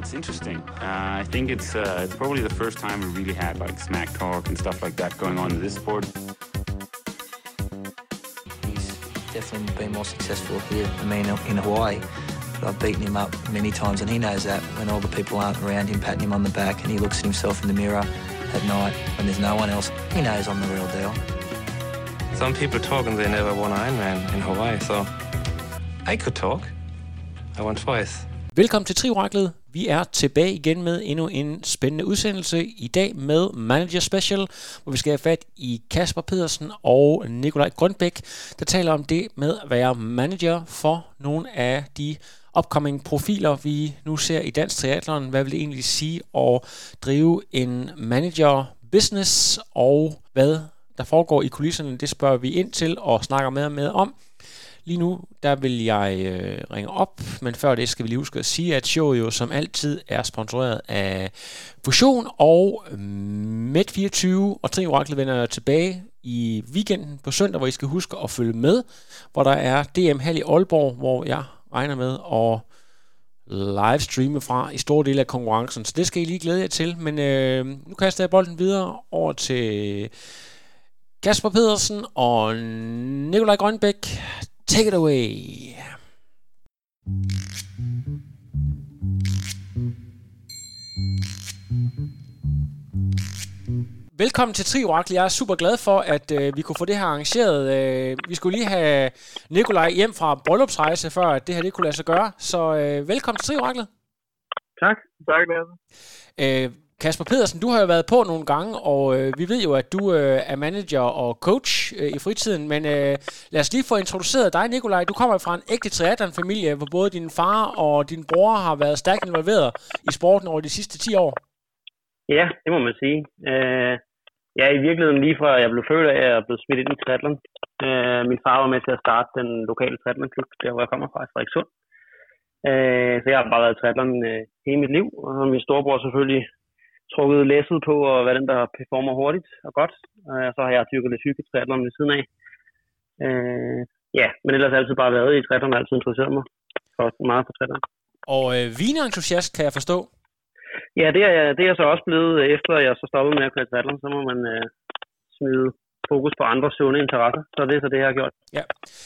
It's interesting. I think it's probably the first time we really had like smack talk and stuff like that going on in this sport. He's definitely been more successful here than me in Hawaii. But I've beaten him up many times, and he knows that when all the people aren't around him patting him on the back and he looks at himself in the mirror at night when there's no one else, he knows I'm the real deal. Some people talk and they never won Ironman in Hawaii, so I could talk. I won twice. Velkommen til Trioraklet. Vi er tilbage igen med endnu en spændende udsendelse. I dag med Manager Special, hvor vi skal have fat i Kasper Pedersen og Nikolaj Grønbæk, der taler om det med at være manager for nogle af de upcoming profiler, vi nu ser i dansk triathlon. Hvad vil det egentlig sige at drive en manager business, og hvad der foregår i kulisserne, det spørger vi ind til og snakker med om. Lige nu, der vil jeg ringe op, men før det skal vi lige huske at sige, at showet jo som altid er sponsoreret af Fusion og Med24, og Trioraklet vender tilbage i weekenden på søndag, hvor I skal huske at følge med, hvor der er DM Hall i Aalborg, hvor jeg regner med at livestreame fra i store dele af konkurrencen, så det skal I lige glæde jer til, men nu kaster jeg bolden videre over til Kasper Pedersen og Nikolaj Grønbæk. Take it away. Velkommen til Trioraklet. Jeg er super glad for, at vi kunne få det her arrangeret. Vi skulle lige have Nikolaj hjem fra bryllupsrejse, før at det her det kunne lade sig gøre. Så velkommen til Trioraklet. Tak. Tak, Lasse. Kasper Pedersen, du har jo været på nogle gange, og vi ved jo, at du er manager og coach i fritiden, men lad os lige få introduceret dig, Nikolaj. Du kommer fra en ægte triathlon-familie, hvor både din far og din bror har været stærkt involveret i sporten over de sidste 10 år. Ja, det må man sige. Jeg er i virkeligheden lige fra jeg blev født af, at jeg blev smidt ind i triathlon. Min far var med til at starte den lokale triathlonklub, der hvor jeg kommer fra, Frederikssund. Så jeg har bare været i triathlon hele mit liv, og min storebror selvfølgelig trukket læsset på, og hvad den der performer hurtigt og godt. Og så har jeg dyrket lidt hyggetriathlon ved siden af. Ja, men ellers har jeg altid bare været i triathlon, og altid interesseret mig for meget for triathlon. Og vinentusiast, kan jeg forstå? Ja, det er jeg så også blevet, efter jeg så stoppede med at køre triathlon, så må man smide fokus på andre sunde interesser. Så det er så det, jeg har gjort. Ja.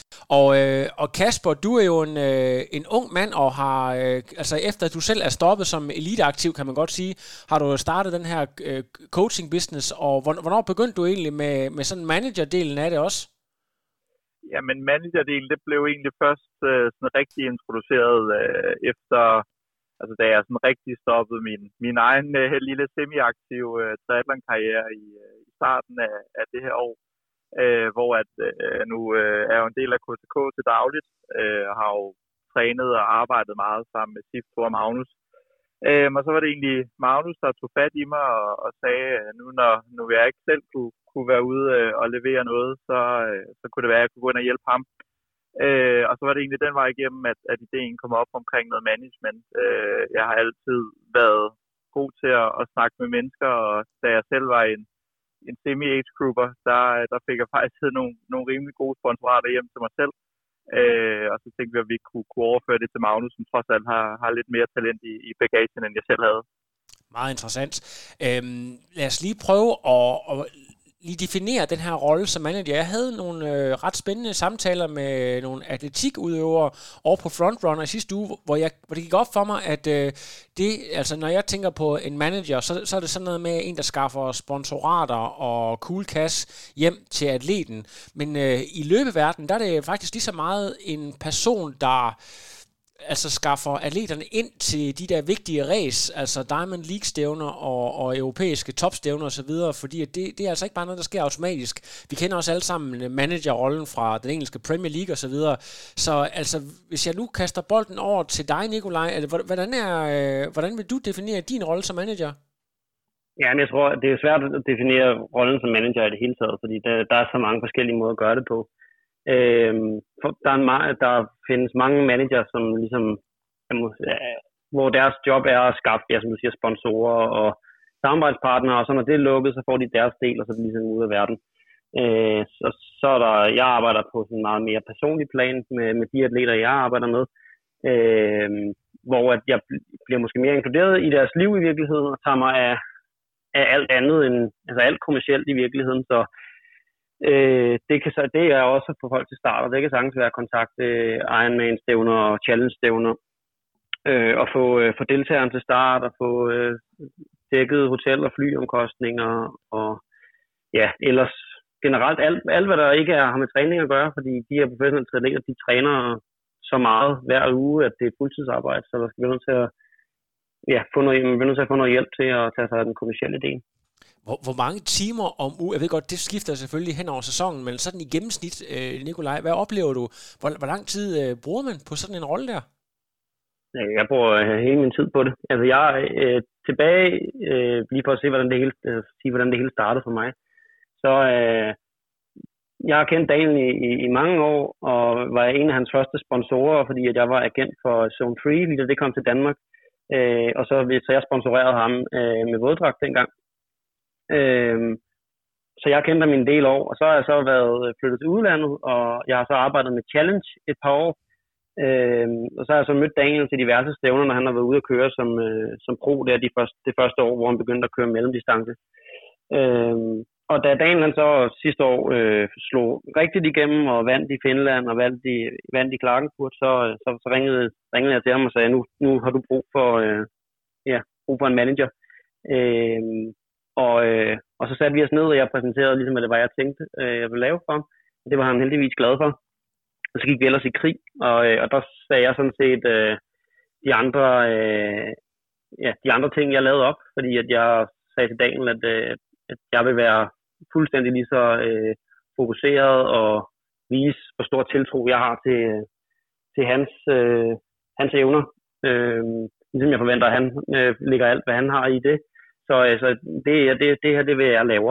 Og Kasper, du er jo en ung mand, og har, altså efter du selv er stoppet som eliteaktiv, kan man godt sige, har du startet den her coaching business, og hvornår begyndte du egentlig med sådan managerdelen af det også? Ja, men managerdelen, det blev egentlig først sådan rigtig introduceret efter, altså da jeg sådan rigtig stoppede min egen lille semi-aktiv triathlon-karriere i starten af det her år. Hvor nu er jeg jo en del af KTK til dagligt, og har jo trænet og arbejdet meget sammen med Sif, Thor og Magnus. Og så var det egentlig Magnus, der tog fat i mig og sagde, nu jeg ikke selv kunne være ude og levere noget, så kunne det være, at jeg kunne gå ind og hjælpe ham. Og så var det egentlig den vej igennem, at ideen kom op omkring noget management. Jeg har altid været god til at snakke med mennesker, og da jeg selv var en semi-age grouper, der fik jeg faktisk nogle rimelig gode sponsorater hjem til mig selv. Og så tænkte vi, at vi kunne overføre det til Magnus, som trods alt har lidt mere talent i bagagen, end jeg selv havde. Meget interessant. Lad os lige prøve at lige definere den her rolle som manager. Jeg havde nogle ret spændende samtaler med nogle atletikudøvere over på Frontrunner i sidste uge, hvor det gik op for mig, at altså når jeg tænker på en manager, så er det sådan noget med en, der skaffer sponsorater og cool cash hjem til atleten. Men i løbeverdenen, der er det faktisk lige så meget en person, der altså skaffer atleterne ind til de der vigtige race, altså Diamond League-stævner og europæiske topstævner osv., fordi at det er altså ikke bare noget, der sker automatisk. Vi kender også alle sammen managerrollen fra den engelske Premier League osv., så altså, hvis jeg nu kaster bolden over til dig, Nikolaj, hvordan vil du definere din rolle som manager? Ja, men jeg tror, det er svært at definere rollen som manager i det hele taget, fordi der er så mange forskellige måder at gøre det på. Der findes mange manager, som ligesom, hvor deres job er at skaffe, som du siger, sponsorer og samarbejdspartnere, og så når det er lukket, så får de deres del, og så er det ligesom ude af verden. Så er der, jeg arbejder på sådan en meget mere personlig plan med de atleter, jeg arbejder med. hvor at jeg bliver måske mere inkluderet i deres liv i virkeligheden, og tager mig af alt andet end, altså alt kommercielt i virkeligheden, så det er også for folk til start, og det kan sagtens være at kontakte Ironman-stævner og Challenge-stævner, og få deltageren til start, og få dækket hotel- og flyomkostninger, og ja, ellers generelt alt hvad der ikke har med træning at gøre, fordi de er professionelle atleter, de træner så meget hver uge, at det er fuldtidsarbejde, så der skal vi nødt til at få noget hjælp til at tage sig af den kommercielle del. Hvor mange timer om ugen, jeg ved godt, det skifter selvfølgelig hen over sæsonen, men sådan i gennemsnit, Nikolaj, hvad oplever du? Hvor lang tid bruger man på sådan en rolle der? Jeg bruger hele min tid på det. Altså jeg tilbage, lige for at se, hvordan det hele startede for mig. Så jeg har kendt Daniel i mange år, og var en af hans første sponsorer, fordi at jeg var agent for Zone 3, lige da det kom til Danmark. Og så jeg sponsorerede ham med våddragt dengang. Så jeg kendte ham en del år, og så har jeg så været flyttet til udlandet, og jeg har så arbejdet med Challenge et par år. Og så har jeg så mødt Daniel til diverse stævner, når han har været ude at køre som pro der det første år, hvor han begyndte at køre mellemdistance. Og da Daniel så sidste år slog rigtigt igennem og vandt i Finland og vandt i Klagenfurt, så ringede jeg til ham og sagde, nu har du brug for en manager. Og så satte vi os ned, og jeg præsenterede ligesom, hvad det var, jeg tænkte, jeg ville lave for ham. Det var han heldigvis glad for. Og så gik vi ellers i krig, og der sagde jeg sådan set de andre ting, jeg lavede op, fordi at jeg sagde til Daniel, at jeg vil være fuldstændig lige så fokuseret og vise, hvor stor tiltro jeg har til hans evner. Ligesom jeg forventer, at han lægger alt, hvad han har i det. Så det her, det vil jeg lave.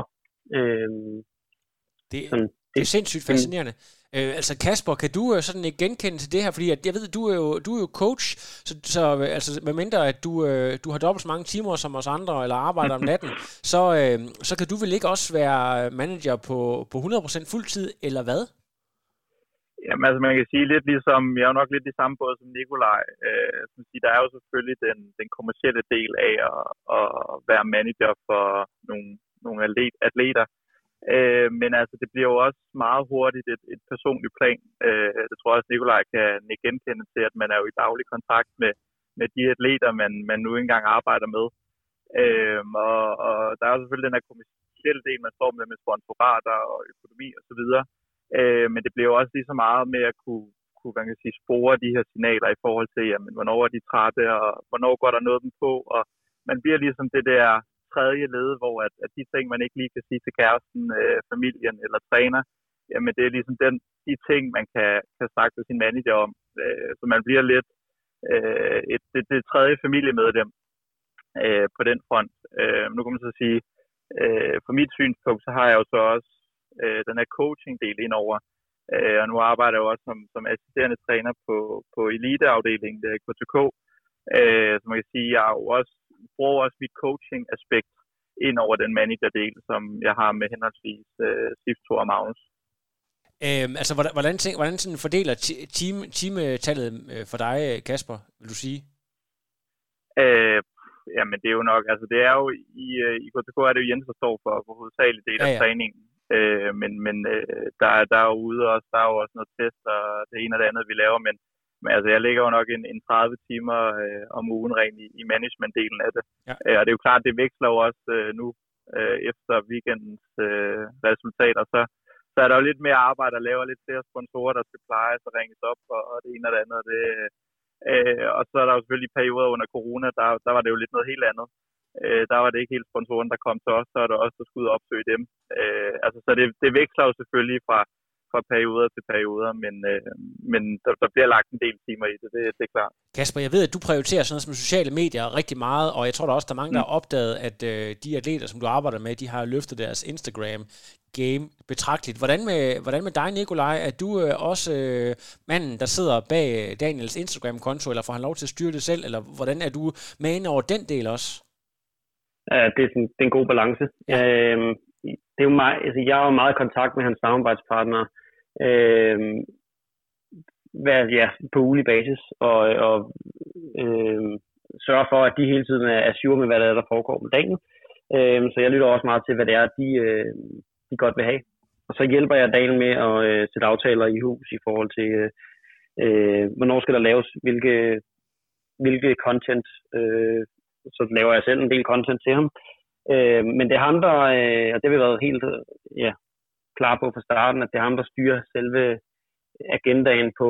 Det er sindssygt fascinerende. Altså Kasper, kan du sådan ikke genkende til det her? Fordi jeg ved, du er jo coach, så altså, medmindre at du har dobbelt så mange timer som os andre, eller arbejder om natten, så kan du vel ikke også være manager på 100% fuldtid, eller hvad? Jamen altså, man kan sige lidt ligesom, jeg er jo nok lidt i samme båd som Nikolaj. Der er jo selvfølgelig den kommercielle del af at være manager for nogle atleter. Men altså, det bliver jo også meget hurtigt et personligt plan. Det tror jeg også, Nikolaj kan genkende til, at man er jo i daglig kontakt med de atleter, man nu engang arbejder med. Og der er jo selvfølgelig den her kommercielle del, man står med sponsorater og økonomi osv. Men det bliver jo også lige så meget med at kunne man kan sige, spore de her signaler i forhold til, jamen, hvornår er de trætte, og hvornår går der noget dem på. Og man bliver ligesom det der tredje led, hvor at de ting, man ikke lige kan sige til kæresten, familien eller træner, jamen det er ligesom de ting, man kan snakke til sin manager om. Så man bliver lidt det tredje familiemedlem på den front. Nu kan man så sige, fra mit synspunkt, så har jeg jo så også den her coaching-del indover. Og nu arbejder jeg jo også som assisterende træner på eliteafdelingen der i KTK. Så man kan sige, jeg bruger også mit coaching-aspekt ind over den manager-del, som jeg har med henholdsvis Sifto og Magnus. Altså, hvordan sådan fordeler timetallet for dig, Kasper, vil du sige? Jamen, det er jo nok, altså det er jo i KTK er det jo Jens, der står for hovedsageligt del af træningen. Men der er jo ude også, der er jo også noget test, og det ene og det andet, vi laver, men altså, jeg lægger jo nok en 30 timer om ugen rent i management-delen af det. Ja. Og det er jo klart, det veksler jo også nu efter weekendens resultater, så er der jo lidt mere arbejde at lave, lidt flere sponsorer, der skal plejes og ringes op, og det ene og det andet. Og så er der jo selvfølgelig perioder under corona, der var det jo lidt noget helt andet. Der var det ikke helt sponsoren, der kom til os, så er der også, der skulle opsøge dem. Altså, så det veksler jo selvfølgelig fra perioder til perioder, men der bliver lagt en del timer i det, det er klart. Kasper, jeg ved, at du prioriterer sådan noget som sociale medier rigtig meget, og jeg tror da også, der er mange, der har opdaget, at de atleter, som du arbejder med, de har løftet deres Instagram-game betragteligt. Hvordan med dig, Nikolaj? Er du også manden, der sidder bag Daniels Instagram-konto, eller får han lov til at styre det selv, eller hvordan er du med ind over den del også? Ja, det er en god balance. Ja. Det er jo jeg er jo meget i kontakt med hans samarbejdspartnere. på ugelig basis, og sørge for, at de hele tiden er sure med, hvad der foregår med dagen. Så jeg lytter også meget til, hvad det er, de godt vil have. Og så hjælper jeg dagen med at sætte aftaler i hus i forhold til, hvornår skal der laves, hvilke content. Så laver jeg selv en del content til ham. Men det er ham, der, og det har vi været helt klar på fra starten, at det er ham, der styrer selve agendaen på,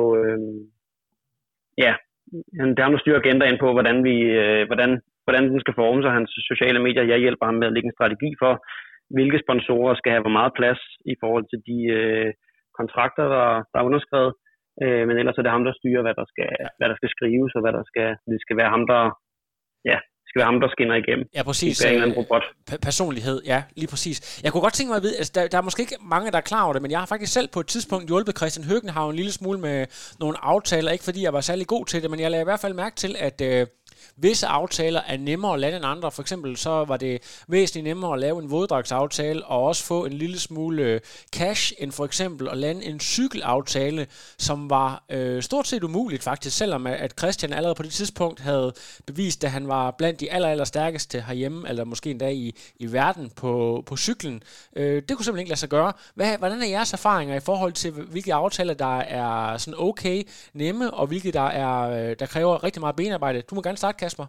det er ham, der styrer agendaen på, hvordan den skal forme sig, hans sociale medier. Jeg hjælper ham med at lægge en strategi for, hvilke sponsorer skal have hvor meget plads i forhold til de kontrakter, der er underskrevet. Men ellers er det ham, der styrer, hvad der skal skrives, og det skal være ham, der skinner igennem. Ja, præcis. Personlighed, ja, lige præcis. Jeg kunne godt tænke mig at vide, altså der er måske ikke mange, der er klar over det, men jeg har faktisk selv på et tidspunkt hjulpet Christian Høgenhav en lille smule med nogle aftaler, ikke fordi jeg var særlig god til det, men jeg lagde i hvert fald mærke til, at visse aftaler er nemmere at lande end andre. For eksempel så var det væsentligt nemmere at lave en våddragtsaftale og også få en lille smule cash end for eksempel at lande en cykelaftale, som var stort set umuligt faktisk, selvom at Christian allerede på det tidspunkt havde bevist, at han var blandt de aller stærkeste herhjemme, eller måske endda i verden på cyklen. Det kunne simpelthen ikke lade sig gøre. Hvordan er jeres erfaringer i forhold til, hvilke aftaler, der er sådan okay nemme, og hvilke der kræver rigtig meget benarbejde? Du må gerne starte, Kasper.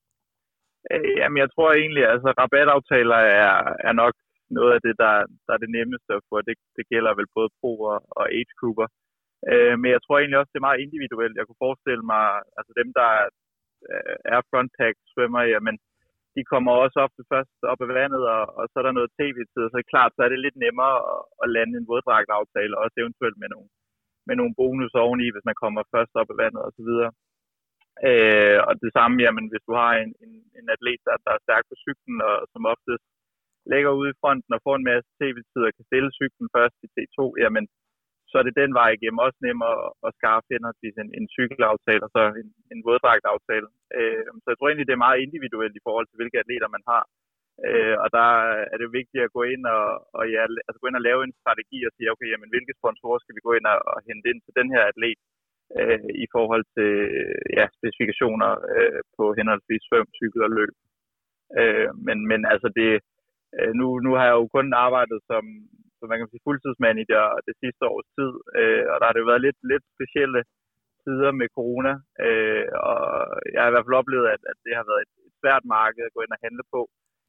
Jamen, jeg tror egentlig, altså rabataftaler er nok noget af det, der er det nemmeste at få. Det gælder vel både pro og age-grupper. Men jeg tror egentlig også, det er meget individuelt. Jeg kunne forestille mig, altså dem, der er fronttag svømmer, jamen, de kommer også ofte først op af vandet, og så er der noget tv-tid. Så klart, så er det lidt nemmere at lande en våddragtaftale, også eventuelt med nogle bonus oveni, hvis man kommer først op af vandet og så videre. Og det samme, jamen, hvis du har en atlet, der er stærk på cyklen, og som oftest ligger ude i fronten og får en masse tv-tid og kan stille cyklen først i T2, jamen, så er det den vej igennem også nemmere at skaffe henholdsvis en cykelaftale og så en våddragtaftale. Så jeg tror egentlig, det er meget individuelt i forhold til, hvilke atleter man har. Og der er det vigtigt at gå ind gå ind og lave en strategi og sige, okay, jamen, hvilke sponsorer skal vi gå ind og hente ind til den her atlet i forhold til specifikationer på henholdsvis svøm, cykel og løb. Men altså nu har jeg jo kun arbejdet som man kan sige fuldtidsmanager det sidste års tid, og der har det jo været lidt specielle tider med corona, og jeg har i hvert fald oplevet, at det har været et svært marked at gå ind og handle på,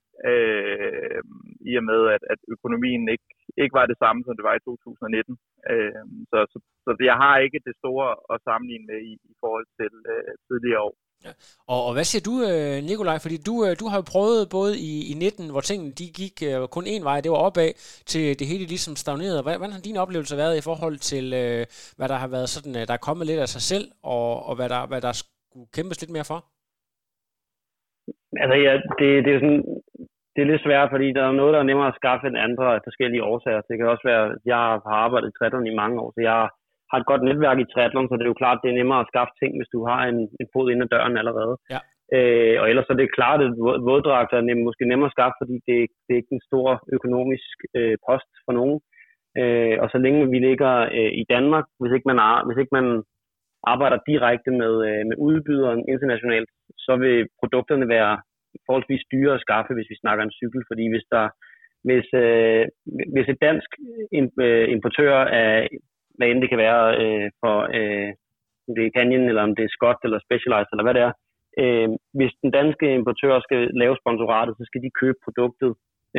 i og med, at økonomien ikke var det samme, som det var i 2019. Så jeg har ikke det store at sammenligne med i forhold til tidligere år. Ja. Og hvad siger du, Nikolaj? Fordi du har jo prøvet både i 19, hvor tingene de gik kun én vej, det var opad, til det hele ligesom stagnerede. Hvordan har din oplevelse været i forhold til, hvad der har været sådan, der er kommet lidt af sig selv, og hvad der skulle kæmpes lidt mere for? Altså det er sådan, det er lidt svært, fordi der er noget, der er nemmere at skaffe end andre af forskellige årsager. Det kan også være, at jeg har arbejdet i triathlon i mange år, så jeg har et godt netværk i triathlon, så det er jo klart, det er nemmere at skaffe ting, hvis du har en fod inde ad døren allerede. Ja. Og ellers så er det klart, at våddragter er måske nemmere at skaffe, fordi det er ikke en stor økonomisk post for nogen. Og så længe vi ligger i Danmark, hvis ikke man arbejder direkte med udbyderen internationalt, så vil produkterne være forholdsvis dyre at skaffe, hvis vi snakker en cykel, fordi hvis et dansk importør af hvad end det kan være om det er Canyon, eller om det er Scott, eller Specialized, eller hvad det er. Hvis den danske importør skal lave sponsoratet, så skal de købe produktet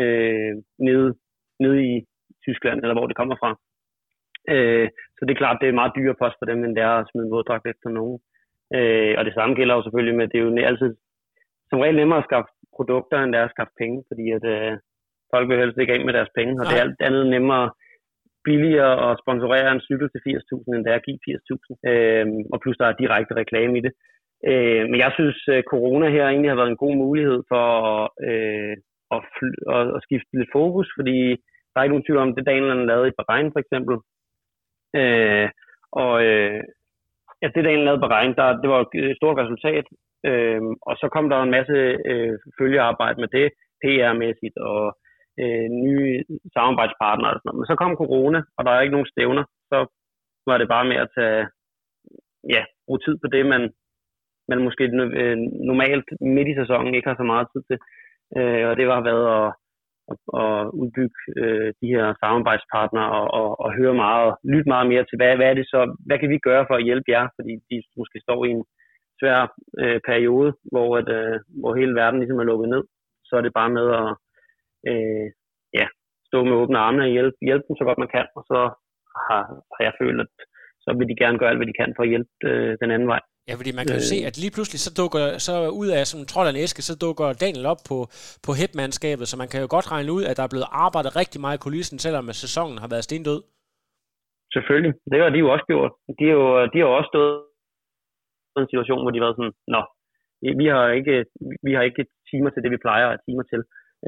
nede i Tyskland, eller hvor det kommer fra. Så det er klart, det er meget dyre post for dem, end det er at smide en våddragt efter nogen. Og det samme gælder jo selvfølgelig med, det er jo altid som regel nemmere at skaffe produkter, end det er at skaffe penge, fordi at folk vil helst ikke af med deres penge, og det er alt andet nemmere billigere at sponsorere en cykel til 80.000, end det er at give 80.000. Og plus der er direkte reklame i det. Men jeg synes, corona her egentlig har været en god mulighed for at skifte lidt fokus, fordi der er ikke nogen tvivl om, det Daniel lavede i Bahrain for eksempel. Det Daniel lavede i Bahrain, det var et stort resultat. Og så kom der en masse følgearbejde med det, PR-mæssigt og nye samarbejdspartnere og sådan noget. Men så kom corona, og der er ikke nogen stævner. Så var det bare med at tage bruge tid på det, man måske normalt midt i sæsonen ikke har så meget tid til. Og det har været at udbygge de her samarbejdspartnere og høre meget, lytte meget mere til, hvad er det så, hvad kan vi gøre for at hjælpe jer, fordi de måske står i en svær periode, hvor hele verden ligesom er lukket ned. Så er det bare med at stå med åbne armene og hjælpe dem så godt man kan, og så har jeg følt, at så vil de gerne gøre alt, hvad de kan for at hjælpe den anden vej. Ja, fordi man kan jo se, at lige pludselig så ud af som trold af en æske, så dukker Daniel op på Hep-mandskabet, så man kan jo godt regne ud, at der er blevet arbejdet rigtig meget i kulissen, selvom sæsonen har været stendød. Selvfølgelig. Det har de jo også gjort. De har jo også stået i en situation, hvor de har været sådan, vi har ikke timer til det, vi plejer at have timer til.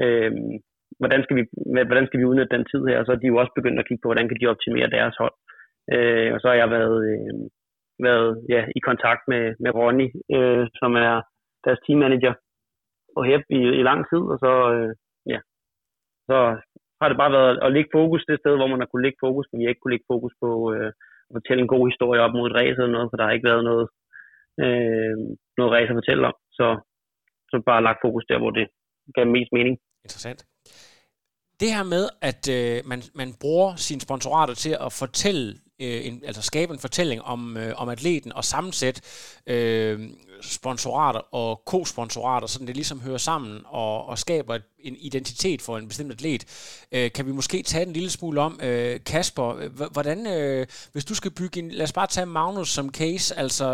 Hvordan skal vi udnytte den tid her? Og så er de jo også begyndt at kigge på, hvordan kan de optimere deres hold. Og så har jeg været i kontakt med Ronny, som er deres teammanager på HEP i lang tid, og så har det bare været at lægge fokus det sted, hvor man har kunnet lægge fokus, men vi har ikke kunne lægge fokus på at fortælle en god historie op mod et race eller noget, for der har ikke været noget race at fortælle om, så bare lagt fokus der, hvor det gav mest mening. Interessant. Det her med, at man bruger sine sponsorater til at fortælle, skabe en fortælling om atleten og sammensætte sponsorater og co-sponsorater, så det ligesom hører sammen og skaber en identitet for en bestemt atlet. Kan vi måske tage en lille smule om, Kasper, hvordan, hvis du skal bygge lad os bare tage Magnus som case, altså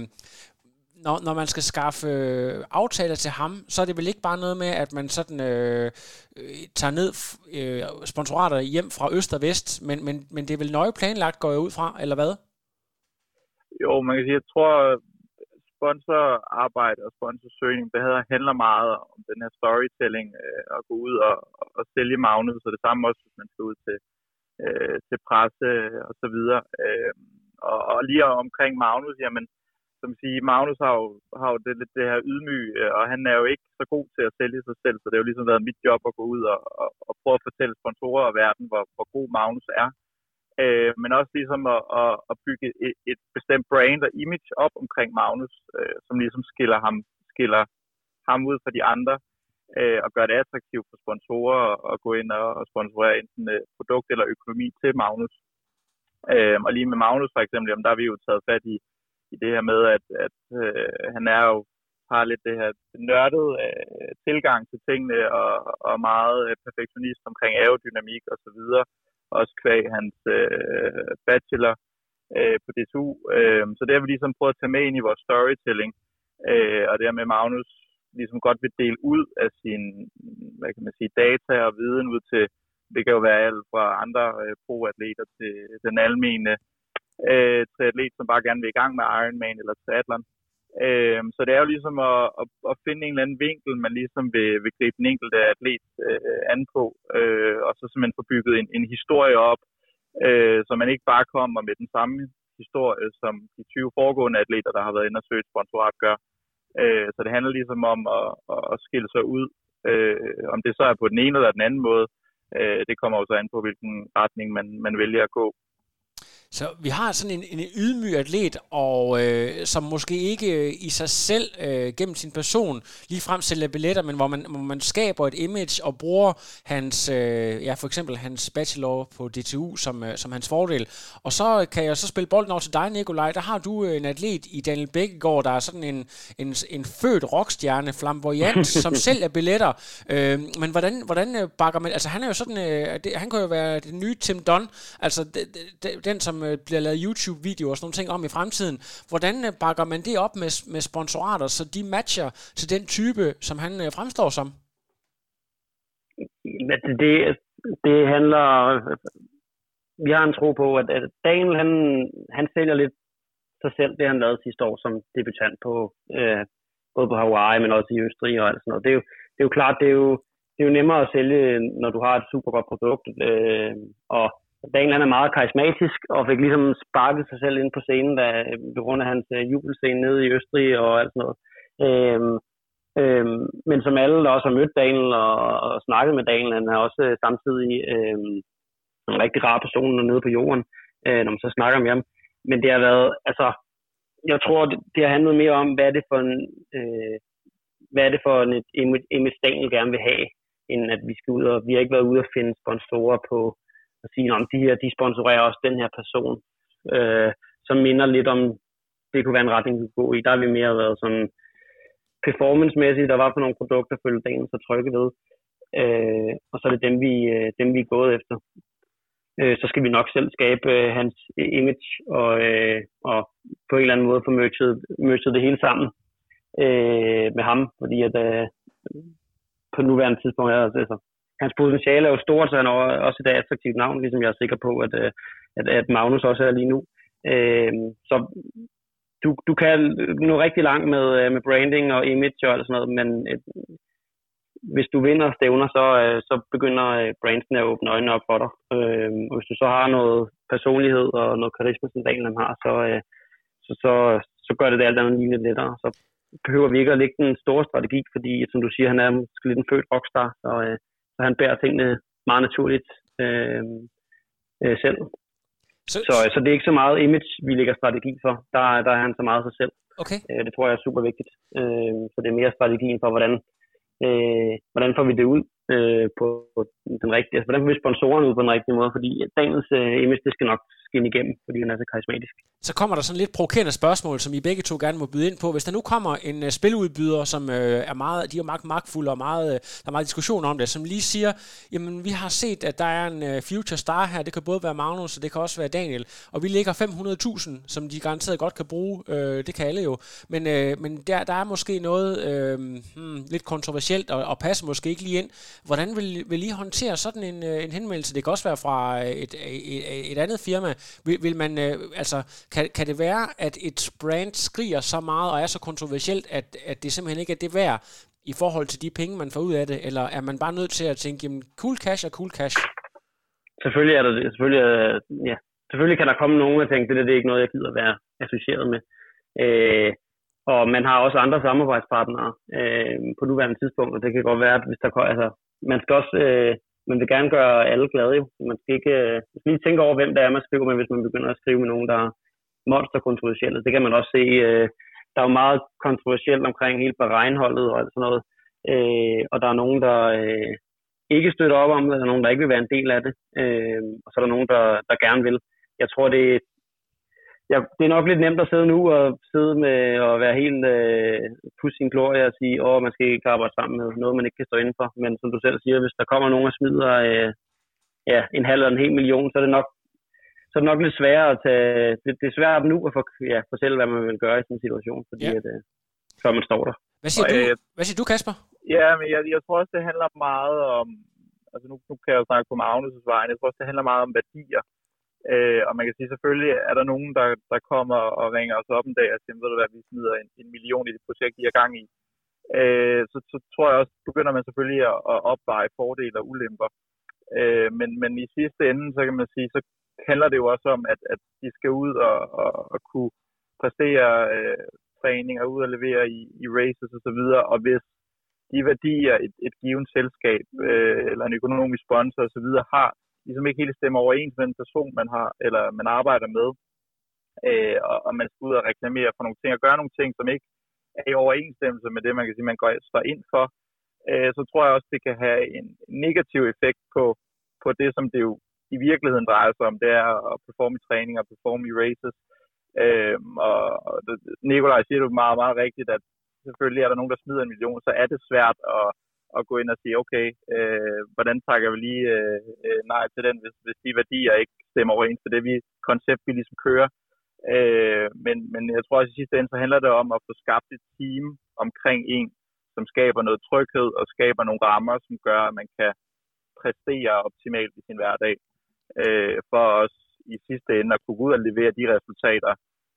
når man skal skaffe aftaler til ham, så er det vel ikke bare noget med, at man sådan tager ned sponsorater hjem fra øst og vest, men det er vel nøje planlagt, går jeg ud fra, eller hvad? Jo, man kan sige, jeg tror, sponsorarbejde og sponsorsøgning, det handler meget om den her storytelling, at gå ud og sælge Magnus, og det samme også, hvis man skal ud til presse og så videre. Og lige omkring Magnus, jamen, som siger, Magnus har jo det her ydmyg, og han er jo ikke så god til at sælge sig selv, så det har jo ligesom været mit job at gå ud og prøve at fortælle sponsorer af verden, hvor god Magnus er. Men også ligesom at bygge et bestemt brand og image op omkring Magnus, som ligesom skiller ham ud fra de andre, og gør det attraktivt for sponsorer at gå ind og sponsorere enten produkt eller økonomi til Magnus. Og lige med Magnus for eksempel, der har vi jo taget fat i det her med, at han har lidt det her nørdede tilgang til tingene, og meget perfektionist omkring aerodynamik og så videre, også kvæg hans bachelor på DTU. Så det har vi ligesom prøvet at tage med ind i vores storytelling, og det her med Magnus ligesom godt vil dele ud af sin, data og viden ud til, det kan jo være alt fra andre pro-atleter til den almene triatlet, som bare gerne vil i gang med Ironman eller triathlon. Så det er jo ligesom at finde en eller anden vinkel, man ligesom vil gribe den enkelte atlet an på, og så simpelthen få bygget en historie op, så man ikke bare kommer med den samme historie, som de 20 foregående atleter, der har været inde og søgt sponsorat, gør. Så det handler ligesom om at skille sig ud. Om det så er på den ene eller den anden måde, det kommer jo så an på, hvilken retning man vælger at gå. Så vi har sådan en ydmyg atlet, og som måske ikke i sig selv gennem sin person ligefrem sælger billetter, men hvor man skaber et image og bruger hans, for eksempel hans bachelor på DTU som hans fordel. Og så kan jeg så spille bolden over til dig, Nikolaj. Der har du en atlet i Daniel Bækkegaard, der er sådan en født rockstjerne, flamboyant, som sælger billetter. Men hvordan bakker man? Altså han er jo sådan, han kan jo være den nye Tim Dunn, altså den som bliver lavet YouTube-videoer og sådan nogle ting om i fremtiden. Hvordan bakker man det op med sponsorater, så de matcher til den type, som han fremstår som? Det handler... Vi har en tro på, at Daniel, han sælger lidt sig selv, det han lavede sidste år som debutant på både på Hawaii, men også i Østrig og alt sådan noget. Det er jo klart, det er jo nemmere at sælge, når du har et super godt produkt, og Daniel han er meget karismatisk og fik ligesom sparket sig selv ind på scenen på grund af hans jubelscene nede i Østrig og alt sådan noget. Men som alle, der også har mødt Daniel og snakket med Daniel, han er også samtidig en rigtig rar person nede på jorden, når man så snakker med ham. Men det har været, altså, jeg tror, det har handlet mere om, hvad er det for et image Daniel gerne vil have, end at vi skal ud og, vi har ikke været ude at finde sponsorer på at sige, om de sponsorerer også den her person, som minder lidt om, det kunne være en retning, vi kunne gå i. Der har vi mere været sådan performance-mæssigt, der var på nogle produkter, følte Daniel så trygge ved, og så er det dem vi er gået efter. Så skal vi nok selv skabe hans image og på en eller anden måde få merchet det hele sammen med ham, fordi at på nuværende tidspunkt altså, hans potentiale er jo stort, så han er også et attraktivt navn, ligesom jeg er sikker på, at Magnus også er lige nu. Så du kan nå rigtig langt med branding og image og alt sådan noget, men hvis du vinder stævner, så begynder brandsene at åbne øjnene op for dig. Og hvis du så har noget personlighed og noget karisma, som Daniel har, så gør det alt andet lige lidt lettere. Så behøver vi ikke at lægge den store strategi, fordi, som du siger, han er måske lidt en født rockstar, så han bærer tingene meget naturligt selv. Så det er ikke så meget image, vi lægger strategi for. Der er han så meget sig selv. Okay. Det tror jeg er super vigtigt. Så det er mere strategien for, hvordan får vi det ud på den rigtige, altså hvordan får vi sponsorerne ud på den rigtige måde, fordi Daniels image, det skal nok skinne igennem, fordi han er så karismatisk. Så kommer der sådan lidt provokerende spørgsmål, som I begge to gerne må byde ind på. Hvis der nu kommer en spiludbyder, som er meget, de er magtfulde og der er meget diskussion om det, som lige siger, jamen vi har set, at der er en future star her, det kan både være Magnus, og det kan også være Daniel, og vi lægger 500.000, som de garanteret godt kan bruge, det kan alle jo, men der er måske noget lidt kontroversielt, og passer måske ikke lige ind. Hvordan vil I håndtere sådan en henvendelse? Det kan også være fra et andet firma. Vil man, altså, kan det være, at et brand skriger så meget og er så kontroversielt, at det simpelthen ikke er det værd i forhold til de penge, man får ud af det? Eller er man bare nødt til at tænke, jamen, cool cash er cool cash? Selvfølgelig er der det. Selvfølgelig kan der komme nogen og tænke, det er ikke noget, jeg gider være associeret med. Og man har også andre samarbejdspartnere på nuværende tidspunkt, og det kan godt være, at hvis der altså, man skal også man vil gerne gøre alle glade jo. Man skal ikke lige tænke over, hvem det er, man skriver med, hvis man begynder at skrive med nogen, der er monsterkontroversielle. Det kan man også se. Der er jo meget kontroversielt omkring hele Bahrein-holdet og alt sådan noget. Og der er nogen, der ikke støtter op om det, og nogen, der ikke vil være en del af det. Og så er der nogen, der gerne vil. Jeg tror, det er nok lidt nemt at sidde nu og sidde med og være helt på sin glorie og sige, man skal ikke arbejde sammen med noget, man ikke kan stå inden for. Men som du selv siger, hvis der kommer nogen og smider en halv eller en hel million, så er det nok lidt sværere at tage. Det er svært nu at fortælle, hvad man vil gøre i sådan en situation, fordi før man står der. Hvad siger du, Kasper? Ja, men jeg tror også, det handler meget om, altså nu kan jeg jo snakke på Magnus' vejen, jeg tror også, det handler meget om værdier. Og man kan sige, selvfølgelig er der nogen, der kommer og ringer os op en dag og siger, ved du hvad, vi smider en million i det projekt, I er gang i. Så tror jeg også, begynder man selvfølgelig at opveje fordele og ulemper. Men i sidste ende, så kan man sige, så handler det jo også om, at de skal ud og kunne præstere træning og ud og levere i races og så videre. Og hvis de værdier, et givet selskab eller en økonomisk sponsor og så videre har, ligesom ikke helt stemmer overens med den person, man har, eller man arbejder med, og man skal ud og reklamere for nogle ting, og gøre nogle ting, som ikke er i overensstemmelse med det, man kan sige, man står ind for, så tror jeg også, det kan have en negativ effekt på det, som det jo i virkeligheden drejer sig om, det er at performe i træning og performe i races. Og Nikolaj siger det meget, meget rigtigt, at selvfølgelig er der nogen, der smider 1 million, så er det svært at gå ind og sige, okay, hvordan takker vi lige nej til den, hvis de værdier ikke stemmer overens for det koncept, vi ligesom kører. Men jeg tror også i sidste ende, så handler det om at få skabt et team omkring en, som skaber noget tryghed og skaber nogle rammer, som gør, at man kan præstere optimalt i sin hverdag. For os i sidste ende at kunne gå ud og levere de resultater,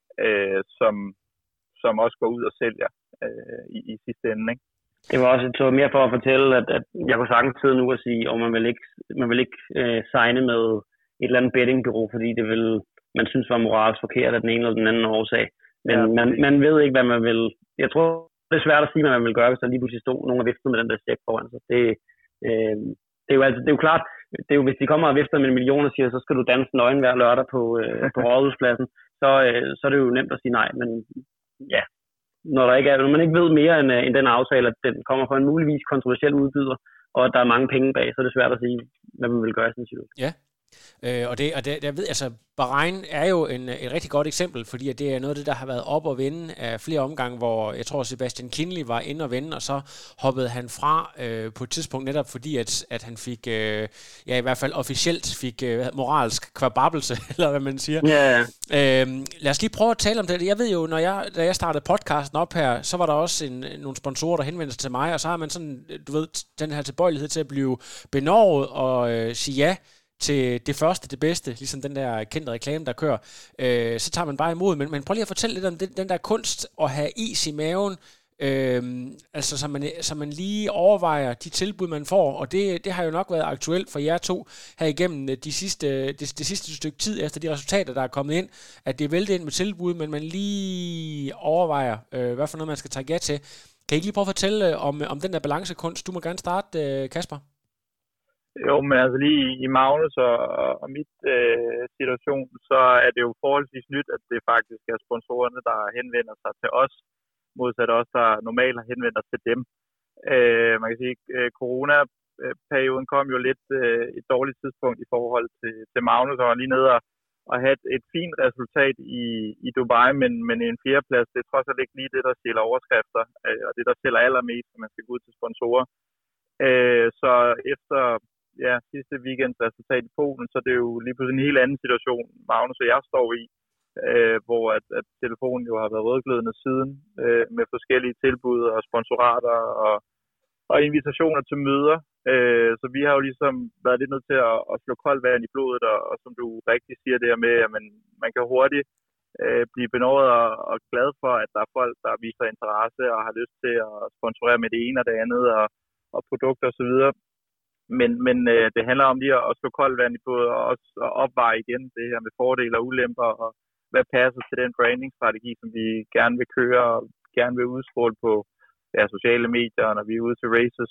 som også går ud og sælger i sidste ende, ikke? Det var også mere for at fortælle, at jeg kunne sagtens sidde nu og sige, at man vil ikke signe med et eller andet bettingbureau, fordi det vil man synes var moralsk forkert af den ene eller den anden årsag. Men man ved ikke, hvad man vil. Jeg tror, det er svært at sige, hvad man vil gøre, hvis der lige pludselig stod nogen og viftede med den der check foran sig. det er jo klart, det er jo, hvis de kommer og vifter med 1 million og siger, så skal du danse nøgen hver lørdag på Rådhuspladsen, så er det jo nemt at sige nej, men ja, når man ikke ved mere end den aftale, at den kommer fra en muligvis kontroversiel udbyder, og at der er mange penge bag, så er det svært at sige, hvad man vil gøre i sådan en situation. Ja. Jeg ved, altså Bahrain er jo et rigtig godt eksempel, fordi at det er noget af det, der har været op og vende af flere omgange, hvor jeg tror Sebastian Kienle var inde og vende, og så hoppede han fra på et tidspunkt netop fordi, at han fik, i hvert fald officielt fik moralsk kvababelse, eller hvad man siger. Yeah. Lad os lige prøve at tale om det. Jeg ved jo, da jeg startede podcasten op her, så var der også nogle sponsorer, der henvendte sig til mig, og så har man sådan, du ved, den her tilbøjelighed til at blive benovet og sige ja til det første, det bedste, ligesom den der kendte reklame, der kører, så tager man bare imod. Men prøv lige at fortælle lidt om den der kunst at have is i maven, altså så man lige overvejer de tilbud, man får, og det har jo nok været aktuelt for jer to her igennem det sidste stykke tid efter de resultater, der er kommet ind, at det er væltet ind med tilbud, men man lige overvejer, hvad for noget man skal tage ja til. Kan I ikke lige prøve at fortælle om den der balancekunst? Du må gerne starte, Kasper. Jo, men altså lige i Magnus og mit situation, så er det jo forholdsvis nyt, at det faktisk er sponsorerne, der henvender sig til os, modsat os, der normalt har henvendt sig til dem. Man kan sige, at coronaperioden kom jo lidt et dårligt tidspunkt i forhold til Magnus, og lige nede og have et fint resultat i Dubai, men en fjerdeplads, det er trods alt ikke lige det, der sælger overskrifter, og det, der sælger allermest, når man skal gå ud til sponsorer. Så efter sidste weekends resultat i Polen, så det er jo lige pludselig en helt anden situation, Magnus og jeg står i, hvor at telefonen jo har været rødglødende siden, med forskellige tilbud og sponsorater og invitationer til møder. Så vi har jo ligesom været lidt nødt til at slå koldt vand i blodet, og som du rigtig siger det her med, at man kan hurtigt blive benådet og glad for, at der er folk, der viser interesse og har lyst til at sponsorere med det ene og det andet, og produkter osv. Men det handler om lige at slå koldt vand i blodet, og også at opveje igen det her med fordele og ulemper, og hvad passer til den brandingstrategi, som vi gerne vil køre og gerne vil udstråle på sociale medier, når vi er ude til races.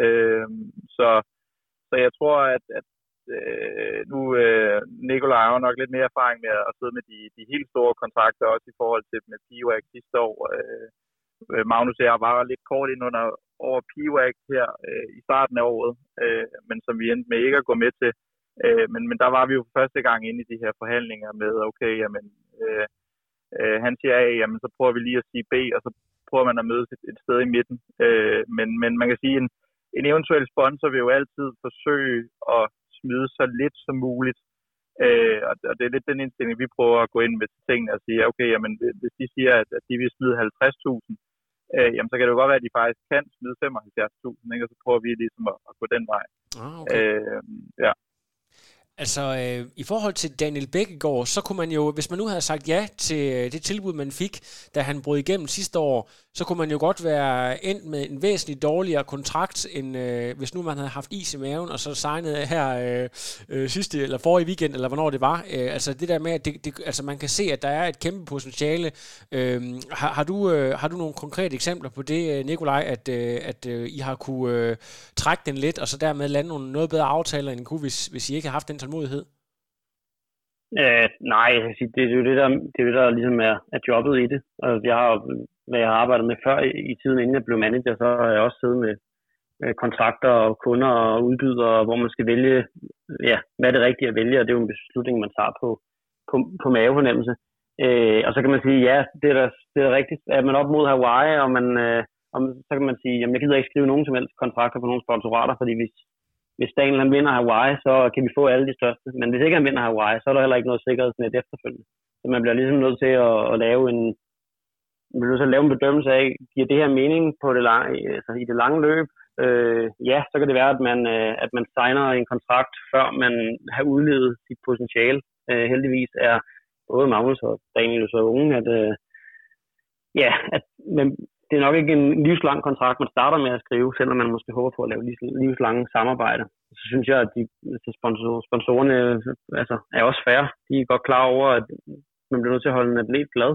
Så jeg tror, at nu Nikolaj har nok lidt mere erfaring med at sidde med de helt store kontrakter, også i forhold til med PWAC sidste år. Magnus og jeg var lidt kort ind over PWAC her i starten af året, men som vi endte med ikke at gå med til. Men der var vi jo for første gang inde i de her forhandlinger med, okay, jamen, han siger A, jamen, så prøver vi lige at sige B, og så prøver man at mødes et sted i midten. Men man kan sige, en eventuel sponsor vil jo altid forsøge at smide så lidt som muligt. Og det er lidt den indstilling, vi prøver at gå ind med tingene og sige, okay, jamen, hvis de siger, at de vil smide 50.000, jamen, så kan det jo godt være, at de faktisk kan smide 75.000, ikke? Og så prøver vi ligesom at gå den vej. Okay. Altså, i forhold til Daniel Bækkegaard, så kunne man jo, hvis man nu havde sagt ja til det tilbud, man fik, da han brød igennem sidste år, så kunne man jo godt være endt med en væsentligt dårligere kontrakt, end hvis nu man havde haft is i maven, og så signede her sidste eller forrige weekend, eller hvornår det var. Altså det der med, at altså man kan se, at der er et kæmpe potentiale. Har du nogle konkrete eksempler på det, Nikolaj, at I har kunne trække den lidt, og så dermed lande nogle noget bedre aftaler, end I kunne, hvis I ikke har haft den tålmodighed? Nej, det er jo det der ligesom er jobbet i det. Og hvad jeg har arbejdet med før i tiden, inden jeg blev manager, så har jeg også siddet med kontrakter og kunder og udbydere, hvor man skal vælge, hvad er det rigtige at vælge, og det er jo en beslutning, man tager på mavefornemmelse. Og så kan man sige, ja, det er rigtigt. Er man op mod Hawaii, og så kan man sige, jamen jeg gider ikke skrive nogen som helst kontrakter på nogle sponsorater, fordi hvis Daniel han vinder Hawaii, så kan vi få alle de største. Men hvis ikke han vinder Hawaii, så er der heller ikke noget sikkerhedsnet efterfølgende. Så man bliver ligesom nødt til at lave en bedømmelse af, giver det her mening på det lange, altså i det lange løb? Så kan det være, at man signer en kontrakt, før man har udlevet sit potentiale. Heldigvis er både Magnus og Daniel så unge, men det er nok ikke en livslang kontrakt, man starter med at skrive, selvom man måske håber på at lave livslange samarbejder. Så synes jeg, at sponsorerne er også fair. De er godt klar over, at man bliver nødt til at holde en atlet glad.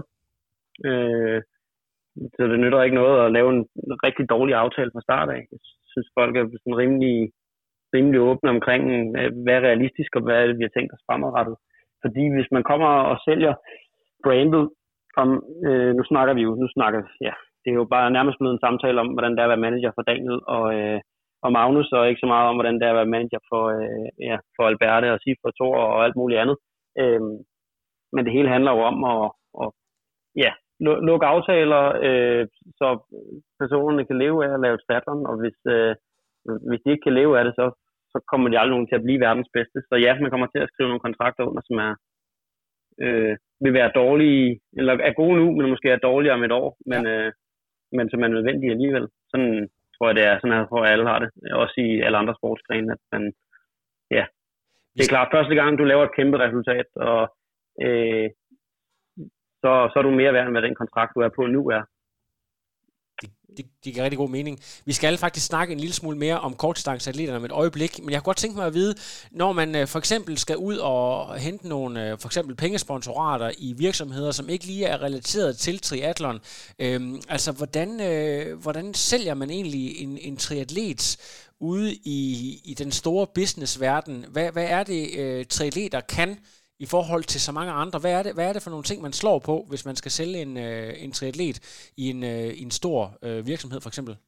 Så det nytter ikke noget at lave en rigtig dårlig aftale fra start af. Jeg synes, folk er sådan rimelig rimelig åbne omkring, hvad er realistisk, og hvad er det, vi har tænkt os fremadrettet. Fordi hvis man kommer og sælger brandet, nu snakker det er jo bare nærmest blevet en samtale om, hvordan det er at være manager for Daniel og Magnus, og ikke så meget om, hvordan det er at være manager for Alberte og Sif og Thor og alt muligt andet. Men det hele handler jo om at lukke aftaler, så personerne kan leve af at lave triathlon, og hvis de ikke kan leve af det, så kommer de aldrig nogen til at blive verdens bedste. Så ja, man kommer til at skrive nogle kontrakter under, som vil være dårlige, eller er gode nu, men måske er dårligere om et år, men som er nødvendige alligevel. Sådan tror jeg, det er. Sådan her tror jeg, alle har det. Også i alle andre sportsgrene. At man, det er klart, første gang du laver et kæmpe resultat, og så er du mere værd, end hvad den kontrakt, du er på nu er. Det giver rigtig god mening. Vi skal faktisk snakke en lille smule mere om kortdistanceatleterne om et øjeblik, men jeg kunne godt tænke mig at vide, når man for eksempel skal ud og hente nogle for eksempel pengesponsorater i virksomheder, som ikke lige er relateret til triathlon, altså hvordan sælger man egentlig en triatlet ude i den store businessverden? Hvad er det triatleter kan i forhold til så mange andre? Hvad er det for nogle ting, man slår på, hvis man skal sælge en triatlet i en stor virksomhed, for eksempel?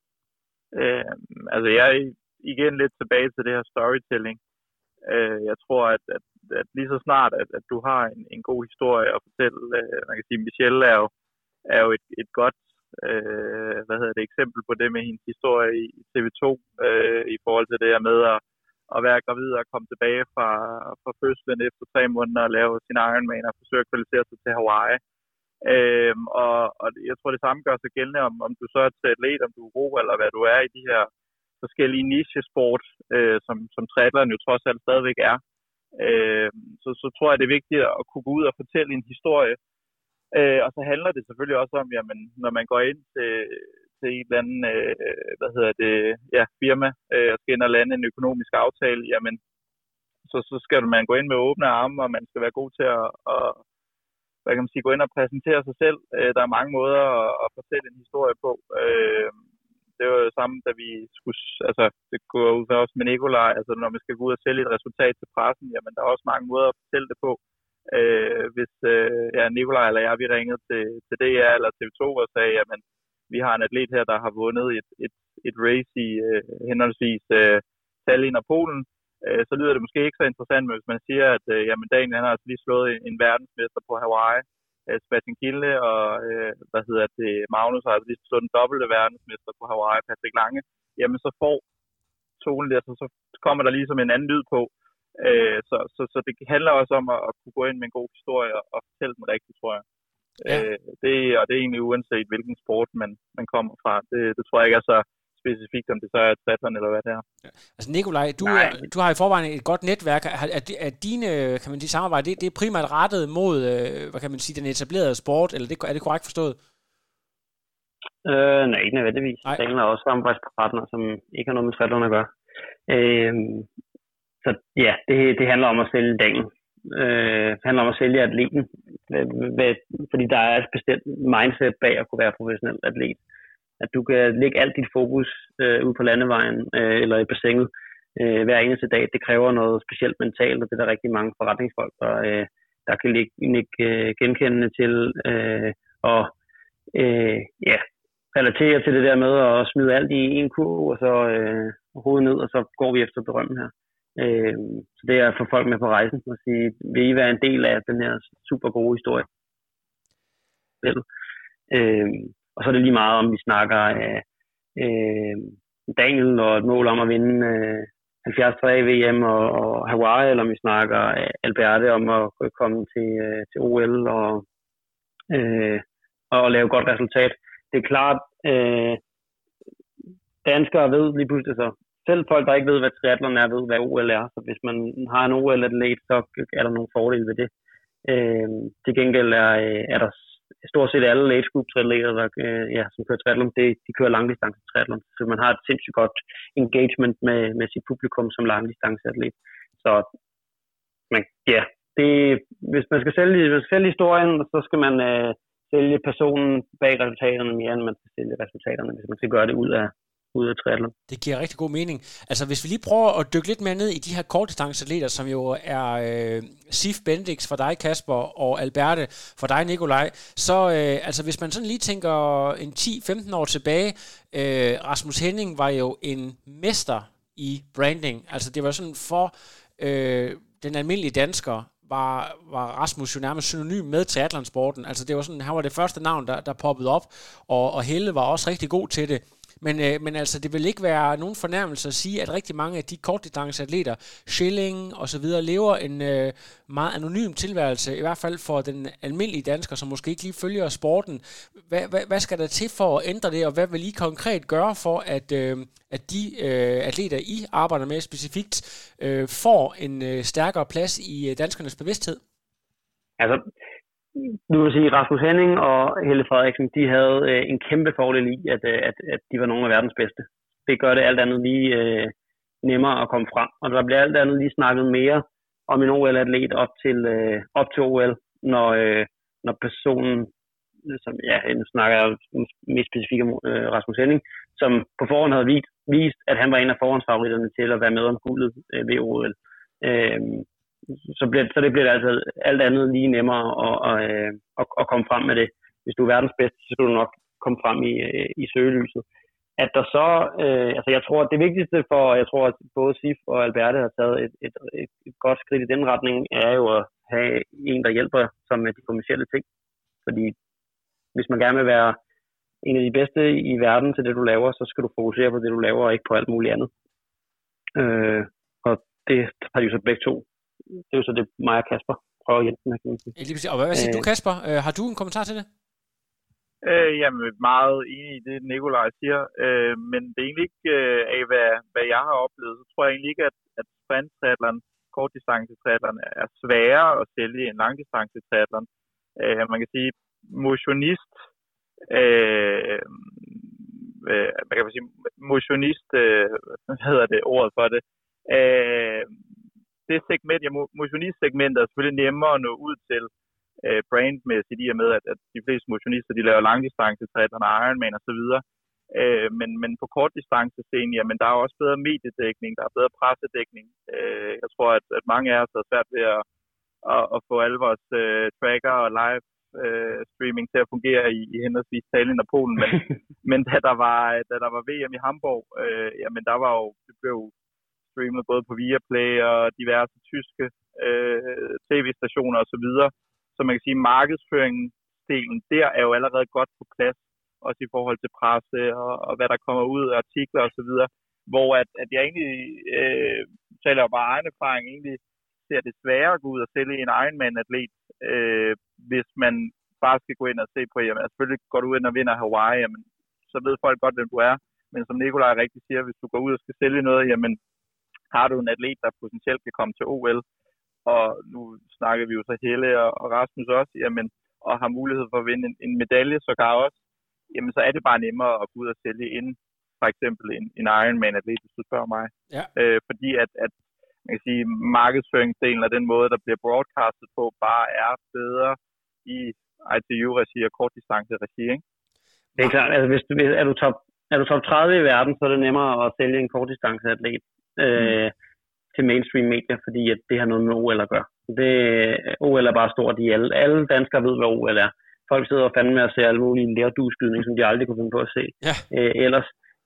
Altså jeg er igen lidt tilbage til det her storytelling. Jeg tror, at lige så snart, at du har en god historie at fortælle, man kan sige, Michelle er jo et godt eksempel på det med hendes historie i TV2, i forhold til det her med at være gravid og komme tilbage fra fødslen efter 3 måneder og lave sin Ironman og forsøge at kvalificere sig til Hawaii. Og jeg tror, det samme gør sig gældende, om du så er til atlet, om du er ro, eller hvad du er i de her forskellige niche-sport, som triathlon jo trods alt stadigvæk er. Så tror jeg, det er vigtigt at kunne gå ud og fortælle en historie. Og så handler det selvfølgelig også om, jamen, når man går ind til et eller andet firma og skal ind og lande en økonomisk aftale, jamen, så skal man gå ind med åbne arme, og man skal være god til at gå ind og præsentere sig selv. Der er mange måder at fortælle en historie på. Det var det samme, da vi skulle, altså det går ud også med Nikolaj, altså når man skal gå ud og sælge et resultat til pressen, jamen der er også mange måder at fortælle det på. Hvis Nikolaj eller jeg, vi ringede til DR eller TV2 og sagde, jamen vi har en atlet her, der har vundet et race i henholdsvis Tallinn og Polen, så lyder det måske ikke så interessant, men hvis man siger, at Daniel han har altså lige slået en verdensmester på Hawaii, Sebastian Kilde, og Magnus har altså lige slået den dobbelte verdensmester på Hawaii, Patrick Lange, jamen så får tonen der, så kommer der ligesom en anden lyd på. Så det handler også om at kunne gå ind med en god historie og fortælle den rigtigt, tror jeg. Ja. Det er egentlig uanset hvilken sport man kommer fra. Det tror jeg ikke er så specifikt, om det så er triathlon eller hvad det er. Ja. Altså Nikolaj, du har i forvejen et godt netværk. Er dine, kan man sige, samarbejde, det er primært rettet mod, hvad kan man sige, den etablerede sport, eller er det korrekt forstået? Nej, ikke nødvendigvis. Der er også samarbejdspartnere, som ikke har noget med triathlon at gøre. Så ja, det handler om at sælge dagen. Det handler om at sælge atleten, fordi der er et bestemt mindset bag at kunne være professionel atlet. At du kan lægge alt dit fokus ud på landevejen eller i bassinet hver eneste dag. Det kræver noget specielt mentalt, og det er der rigtig mange forretningsfolk, der kan lægge genkendende til og relatere til det der med at smide alt i en kurv, og så hovedet ned, og så går vi efter berømmen her. Så det er for folk med på rejsen at sige, vil I være en del af den her super gode historie? Og så er det lige meget, om vi snakker Daniel og et mål om at vinde 73 VM og Hawaii, eller om vi snakker Alberte om at komme til OL og lave godt resultat. Det er klart, danskere ved lige pludselig så. Selv folk, der ikke ved, hvad triathlon er, ved, hvad OL er. Så hvis man har en OL-atlet, så er der nogle fordele ved det. Til gengæld er der stort set alle age group triatleter, som kører triathlon, de kører langdistance triathlon. Så man har et sindssygt godt engagement med sit publikum som langdistanceatlet. Så hvis man skal sælge historien, så skal man sælge personen bag resultaterne mere, end man skal sælge resultaterne, hvis man skal gøre det ud af ud af triathlon. Det giver rigtig god mening. Altså hvis vi lige prøver at dykke lidt mere ned i de her kortdistanceatleter, som jo er Sif Bendix for dig, Kasper, og Alberte for dig, Nikolaj, så altså hvis man sådan lige tænker en 10-15 år tilbage, Rasmus Henning var jo en mester i branding. Altså det var sådan for den almindelige dansker, var Rasmus jo nærmest synonym med triathlonsporten. Altså det var sådan, han var det første navn, der poppede op, og Helle var også rigtig god til det. Men altså, det vil ikke være nogen fornærmelse at sige, at rigtig mange af de kortdistanceatleter, Schilling og så videre, lever en meget anonym tilværelse, i hvert fald for den almindelige dansker, som måske ikke lige følger sporten. Hvad skal der til for at ændre det, og hvad vil I konkret gøre for, at de atleter, I arbejder med specifikt, får en stærkere plads i danskernes bevidsthed? Altså, du vil sige, Rasmus Henning og Helle Frederiksen, de havde en kæmpe fordel i, at de var nogle af verdens bedste. Det gør det alt andet lige nemmere at komme frem. Og der bliver alt andet lige snakket mere om en OL-atlet op til OL, når personen, som nu snakker jeg mest specifikt om Rasmus Henning, som på forhånd havde vist, at han var en af forhåndsfavoritterne til at være med om guldet ved OL. Så det bliver altså alt andet lige nemmere at komme frem med det. Hvis du er verdens bedste, så skal du nok komme frem i søgelyset. At der så, altså jeg tror, at det vigtigste jeg tror, at både Sif og Alberte har taget et godt skridt i den retning, er jo at have en, der hjælper som med de kommercielle ting. Fordi hvis man gerne vil være en af de bedste i verden til det, du laver, så skal du fokusere på det, du laver, og ikke på alt muligt andet. Og det har de jo så begge to. Det er jo så det, mig og Kasper prøver at hjælpe med. Og hvad siger du, Kasper? Har du en kommentar til det? Jamen, meget enig i det, Nikolaj siger. Men det er egentlig ikke af, hvad jeg har oplevet. Så tror jeg egentlig ikke, at sprint-triathlon, kortdistance-triathlon er sværere at sælge end langdistance-triathlon. Man kan sige, motionist, hvad hedder det ordet for det, det segment, motionistsegmentet er selvfølgelig nemmere at nå ud til brandmæssigt, i og med, at de fleste motionister, de laver langdistance-triathlon og Ironman og så videre. Men på kortdistancescenen, jamen der er også bedre mediedækning, der er bedre pressedækning. Jeg tror, at mange af os har svært ved at få alle vores tracker og live streaming til at fungere i henholdsvis Tallinn og Polen. Men da der var VM i Hamburg, jamen der var jo, det blev streamet både på Viaplay og diverse tyske tv-stationer og så videre. Så man kan sige, markedsføringsdelen der er jo allerede godt på plads, også i forhold til presse og hvad der kommer ud af artikler og så videre, hvor at jeg egentlig taler jo bare egen erfaring, egentlig ser det sværere at gå ud og sælge en Ironman-atlet, hvis man bare skal gå ind og se på, jamen selvfølgelig går du ud og vinder Hawaii, jamen, så ved folk godt, hvem du er, men som Nikolaj rigtig siger, hvis du går ud og skal sælge noget, jamen har du en atlet, der potentielt kan komme til OL, og nu snakker vi jo så Helle og Rasmus også, jamen, og har mulighed for at vinde en medalje, sågar også, jamen så er det bare nemmere at gå ud og sælge ind, for eksempel en Ironman-atlet, hvis du spørger mig. Ja. Fordi at man kan sige, markedsføringsdelen af den måde, der bliver broadcastet på, bare er bedre i ITU-regi og kortdistance-regi, ikke? Det er klart, altså er du top 30 i verden, så er det nemmere at sælge en kortdistanceatlet til mainstream medier, fordi at det har noget med OL at gøre. OL er bare stort i alle danskere ved, hvad OL er. Folk sidder og fandme med at se alle mulige lærdueskydning, som de aldrig kunne finde på at se ellers.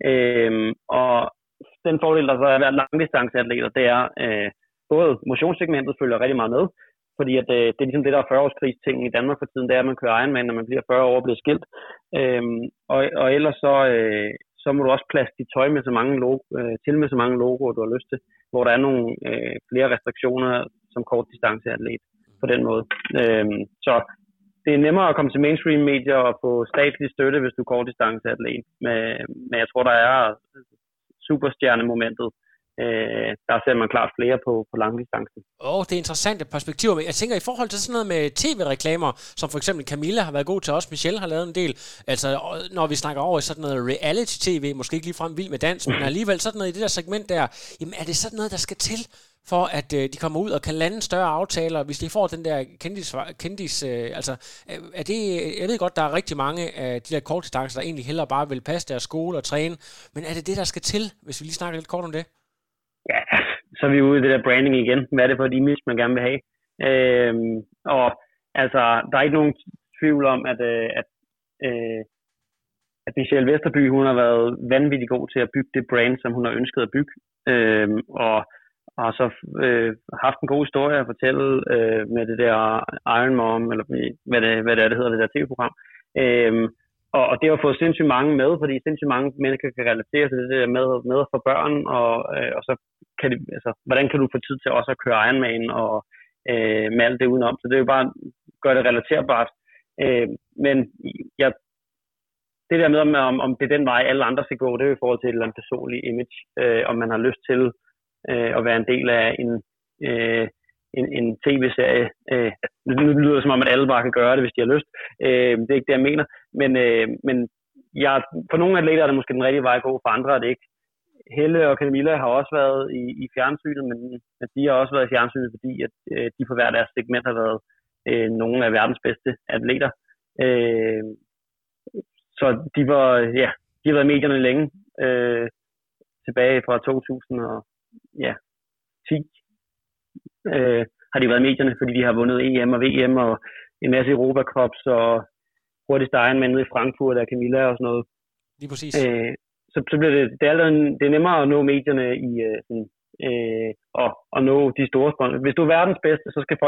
Og den fordel, der så er at langdistanceatleter, det er både motionssegmentet følger rigtig meget med, fordi at, det er ligesom det, der er 40-årskrigs-ting i Danmark for tiden, det er, at man kører Ironman, når man bliver 40 år og bliver skilt. Og ellers så må du også plads dit tøj med så mange til med så mange logoer, du har lyst til, hvor der er nogle flere restriktioner som kortdistanceatlet på den måde. Så det er nemmere at komme til mainstream medier og få statslig støtte, hvis du er kortdistanceatlet. Men jeg tror, der er superstjernemomentet der ser man klart flere på langdistancen. Det er interessante perspektiver, men jeg tænker i forhold til sådan noget med tv-reklamer, som for eksempel Camilla har været god til os, Michelle har lavet en del, altså når vi snakker over i sådan noget reality-tv, måske ikke ligefrem Vild med Dans, men alligevel sådan noget i det der segment der, jamen er det sådan noget, der skal til, for at de kommer ud og kan lande større aftaler, hvis de får den der kendis altså er det, jeg ved godt, der er rigtig mange af de der kortdistancer, der egentlig hellere bare vil passe deres skole og træne, men er det det, der skal til, hvis vi lige snakker lidt kort om det? Ja, så er vi ude i det der branding igen. Hvad er det for et image, man gerne vil have? Og altså, der er ikke nogen tvivl om, at Michelle Vesterby, hun har været vanvittigt god til at bygge det brand, som hun har ønsket at bygge. Og har så haft en god historie at fortælle med det der Iron Mom, eller hvad det hedder, det der tv-program. Og det har fået sindssygt mange med, fordi sindssygt mange mennesker kan relatere til det der med at få børn, og så kan de, altså, hvordan kan du få tid til også at køre Ironman og med alt det udenom. Så det er jo bare gør det relaterbart. Men det der med, om det er den vej, alle andre skal gå, det er jo i forhold til et eller andet personligt image, om man har lyst til at være en del af en tv-serie. Nu lyder det som om, at alle bare kan gøre det, hvis de har lyst. Det er ikke det, jeg mener. Men for nogle atleter er det måske den rigtige vej at gå, for andre er det ikke. Helle og Camilla har også været i fjernsynet, men de har også været i fjernsynet, fordi at de på hver deres segment har været nogle af verdens bedste atleter. Så de har været i medierne længe, tilbage fra 2010. Har de været i medierne, fordi de har vundet EM og VM og en masse Europa Cups og hurtigst Ironman nede i Frankfurt af Camilla og sådan noget. Lige præcis. Så bliver det er nemmere at nå medierne i og nå de store sponsor. Hvis du er verdens bedste, så skal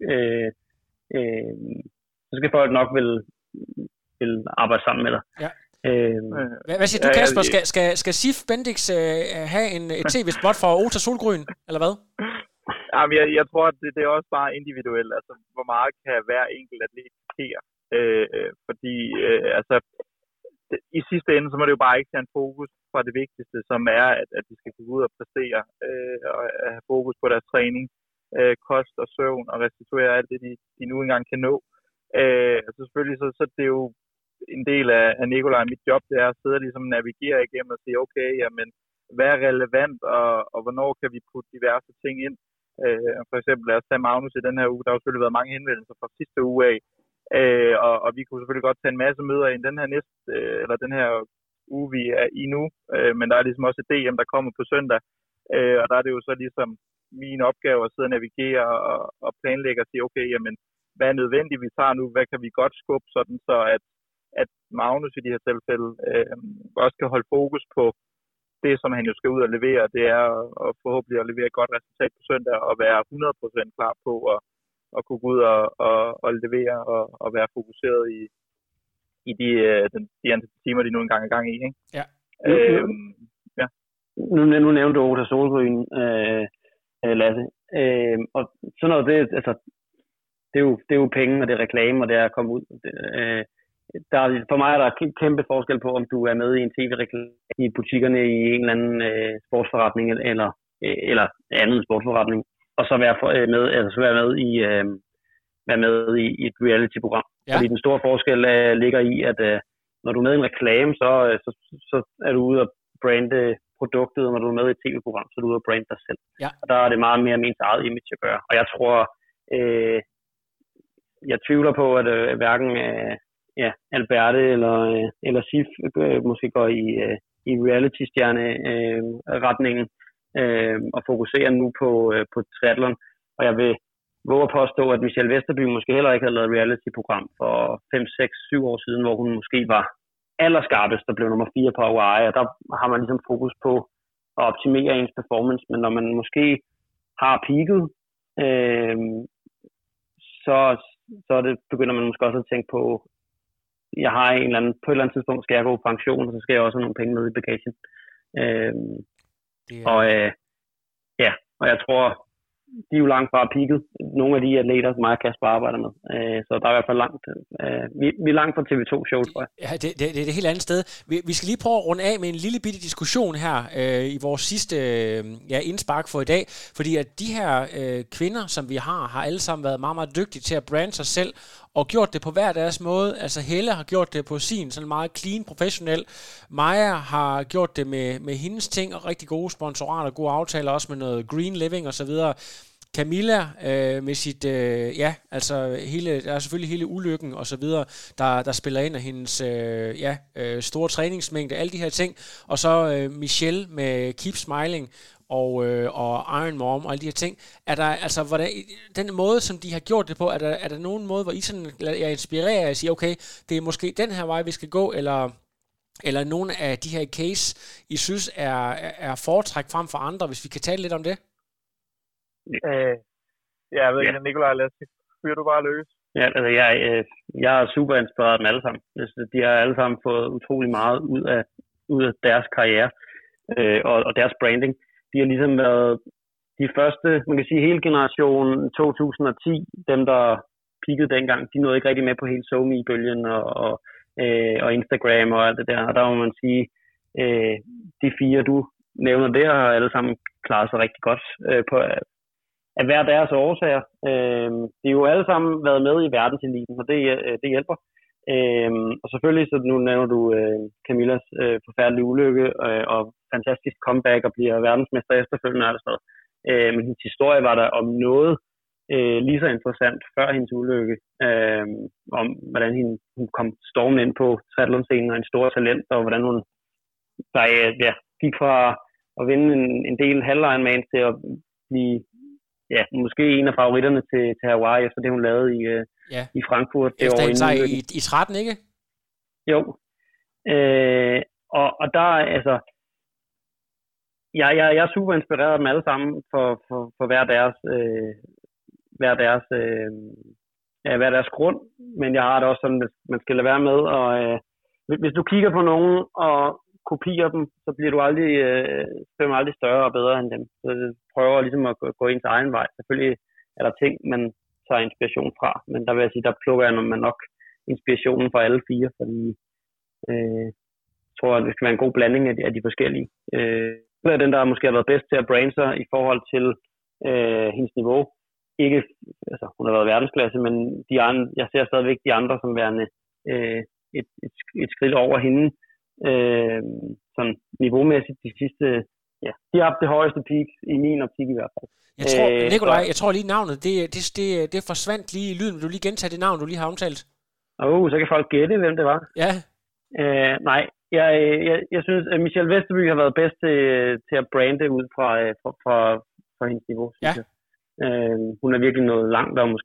folk nok vil arbejde sammen med dig. Ja. Hvad siger du, Kasper? Skal Sif Bendix have et tv-spot for Ota Solgryn, eller hvad? Jamen, jeg tror, at det er også bare individuelt, altså hvor meget kan hver enkelt atlet her. Fordi altså i sidste ende, så må det jo bare ikke tage en fokus på det vigtigste, som er, at de skal gå ud og præstere og have fokus på deres træning, kost og søvn og restituere alt det, de nu engang kan nå. Altså selvfølgelig, så det er jo en del af Nikolaj og mit job, det er at sidde og ligesom navigere igennem og sige, okay, jamen, hvad er relevant, og hvornår kan vi putte diverse ting ind. For eksempel, lad os tage Magnus i den her uge. Der har jo selvfølgelig været mange henvendelser fra sidste uge af, og vi kunne selvfølgelig godt tage en masse møder i den her uge, vi er i nu, men der er ligesom også et DM, der kommer på søndag, og der er det jo så ligesom min opgave at sidde og navigere og planlægge og sige, okay, jamen, hvad er nødvendigt, vi tager nu, hvad kan vi godt skubbe, sådan så at Magnus i de her tilfælde også kan holde fokus på det, som han jo skal ud og levere, det er at forhåbentlig at levere et godt resultat på søndag og være 100% klar på at kunne gå ud og levere og være fokuseret i de antal timer, de nu engang er gang i. Ikke? Ja. Ja. Nu nævnte du Ota Solgryn, Lasse. Og sådan noget, det er jo penge, og det er reklame, og det er at komme ud. For mig er der kæmpe forskel på, om du er med i en tv-reklame i butikkerne i en eller anden sportsforretning eller anden sportsforretning, og så være med i et reality-program. Ja. Fordi den store forskel ligger i, at når du er med i en reklame, så er du ude at brande produktet, og når du er med i et tv-program, så er du ude at brande dig selv. Ja. Og der er det meget mere ens eget image at gøre. Og jeg tror, jeg tvivler på, at hverken Alberte eller Sif måske går i reality-stjerne-retningen og fokuserer nu på triathlon. Og jeg vil våge at påstå, at Michelle Vesterby måske heller ikke havde lavet et reality-program for 5, 6, 7 år siden, hvor hun måske var allerskarpest og blev nummer 4 på Hawaii. Og der har man ligesom fokus på at optimere ens performance. Men når man måske har peaket, så begynder man måske også at tænke på, jeg har på et eller andet tidspunkt skal jeg gå på pension, og så skal jeg også have nogle penge med i bagagen. Og jeg tror, de er jo langt fra peaket. Nogle af de atleter, som mig og Kasper arbejder med. Så der er i hvert fald langt. Vi er langt fra TV2-show, tror jeg. Ja, det er et helt andet sted. Vi skal lige prøve at runde af med en lille bitte diskussion her i vores sidste indspark for i dag. Fordi at de her kvinder, som vi har alle sammen været meget, meget dygtige til at brande sig selv og gjort det på hver deres måde. Altså Helle har gjort det på sin sådan meget clean, professionel. Maja har gjort det med hendes ting og rigtig gode sponsorater, gode aftaler også med noget green living og så videre. Camilla med sit, der er selvfølgelig hele ulykken og så videre, der spiller ind af hendes store træningsmængde, alle de her ting. Og så Michelle med Keep Smiling og Iron Mom og alle de her ting. Er der, altså, hvordan, den måde, som de har gjort det på, er der nogen måde, hvor I sådan er inspireret og siger, okay, det er måske den her vej, vi skal gå, eller nogle af de her case, I synes er foretræk frem for andre, hvis vi kan tale lidt om det? Jeg ved ikke, Nikolaj, lad os fyre du bare løs. Ja, altså jeg er super inspireret dem alle sammen. De har alle sammen fået utrolig meget ud af deres karriere og deres branding. De har ligesom været de første, man kan sige hele generationen 2010, dem der peakede dengang, de nåede ikke rigtig med på hele SoMe-bølgen og Instagram og alt det der. Og der må man sige, de fire, du nævner der, har alle sammen klaret sig rigtig godt på at hver deres årsager. De har jo alle sammen været med i verdenseliten, og det hjælper. Og selvfølgelig, så nu nævner du Camillas forfærdelige ulykke og fantastisk comeback og bliver verdensmester efterfølgende og sådan noget. Men hendes historie var der om noget lige så interessant før hendes ulykke, om hvordan hun kom stormen ind på triathlon-scenen og en stor talent, og hvordan hun gik fra at vinde en del halv-Ironman til at blive måske en af favoritterne til Hawaii, efter det hun lavede i Frankfurt. Efter en sejr i 13, ikke? Jo. Og der altså, jeg er super inspireret af dem alle sammen for hver deres grund, men jeg har det også sådan, at man skal lade være med, og hvis du kigger på nogen og kopierer dem, så bliver du aldrig større og bedre end dem. Så prøver ligesom at gå ens egen vej. Selvfølgelig er der ting, man tager inspiration fra, men der vil jeg sige, der plukker jeg nok inspirationen fra alle fire, fordi jeg tror, at det skal være en god blanding af de forskellige. Den, der måske har været bedst til at brande sig i forhold til hendes niveau. Ikke, altså hun har været verdensklasse, men de andre, jeg ser stadigvæk de andre som værende et skridt over hende. Sådan niveaumæssigt de sidste, de har haft det højeste peak i min optik i hvert fald. Jeg tror, Nikolaj, jeg tror lige navnet, det forsvandt lige i lyden. Vil du lige gentage det navn, du lige har omtalt? Så kan folk gætte, hvem det var. Ja. Nej, jeg synes, at Michelle Vesterby har været bedst til at brande ud fra hendes niveau. Ja. Hun er virkelig nået langt, og